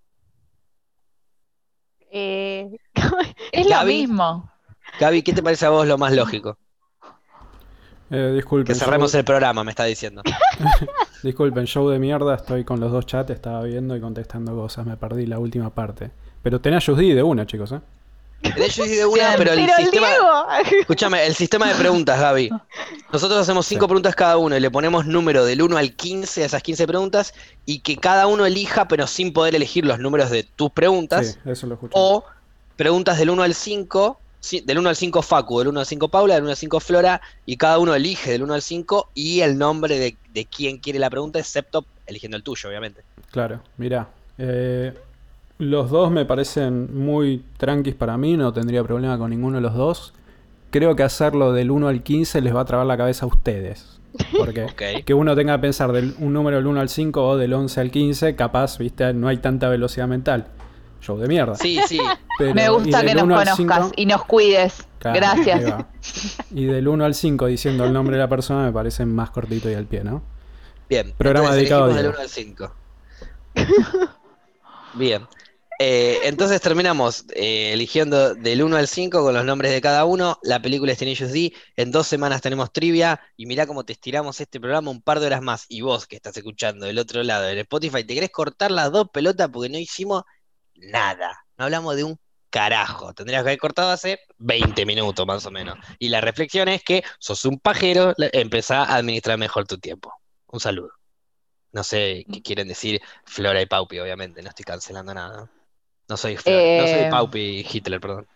Eh, Es lo Gaby, mismo. Gaby, ¿qué te parece a vos lo más lógico? Que Disculpen, cerremos show, el programa, me está diciendo. disculpen, show de mierda, estoy con los dos chats, estaba viendo y contestando cosas, me perdí la última parte. Pero tenés Just de una, chicos, ¿eh? De hecho, sí de una, Bien. pero el Pero el sistema. Diego. Escúchame, el sistema de preguntas, Gaby. Nosotros hacemos 5 Sí. preguntas cada uno y le ponemos número del 1 al 15 a esas 15 preguntas y que cada uno elija, pero sin poder elegir los números de tus preguntas. Sí, eso lo escuché. O preguntas del 1 al 5, del 1 al 5 Facu, del 1 al 5 Paula, del 1 al 5 Flora, y cada uno elige del 1 al 5 y el nombre de quien quiere la pregunta, excepto eligiendo el tuyo, obviamente. Claro, mirá. Los dos me parecen muy tranquis para mí, no tendría problema con ninguno de los dos. Creo que hacerlo del 1 al 15 les va a trabar la cabeza a ustedes. Porque Ok. que uno tenga que pensar un número del 1 al 5 o del 11 al 15, capaz, viste, no hay tanta velocidad mental. Show de mierda. Sí, sí. Pero- Me y gusta del que nos 1 al conozcas 5, y nos cuides. claro, ahí Gracias. va. Y del 1 al 5 diciendo el nombre de la persona me parece más cortito y al pie, ¿no? Bien. Programa Entonces dedicado a elegimos del Diego. 1 al 5. Bien. Entonces terminamos eligiendo del 1 al 5 con los nombres de cada uno. La película es Tenacious D. En 2 semanas tenemos trivia. Y mirá cómo te estiramos este programa un par de horas más. Y vos que estás escuchando del otro lado del Spotify, ¿te querés cortar las 2 pelotas? Porque no hicimos nada. No hablamos de un carajo. Tendrías que haber cortado hace 20 minutos más o menos. Y la reflexión es que sos un pajero. Empezá a administrar mejor tu tiempo. Un saludo. No sé qué quieren decir Flora y Paupi, obviamente, no estoy cancelando nada. No soy Flora, no soy Paupi Hitler, perdón.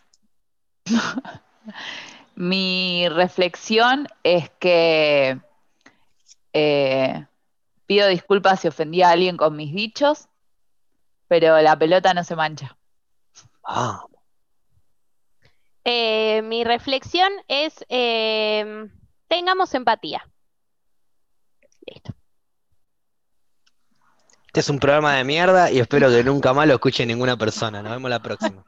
Mi reflexión es que pido disculpas si ofendí a alguien con mis dichos, pero la pelota no se mancha. Ah, Mi reflexión es, tengamos empatía. Listo. este es un programa de mierda y espero que nunca más lo escuche ninguna persona. Nos vemos la próxima.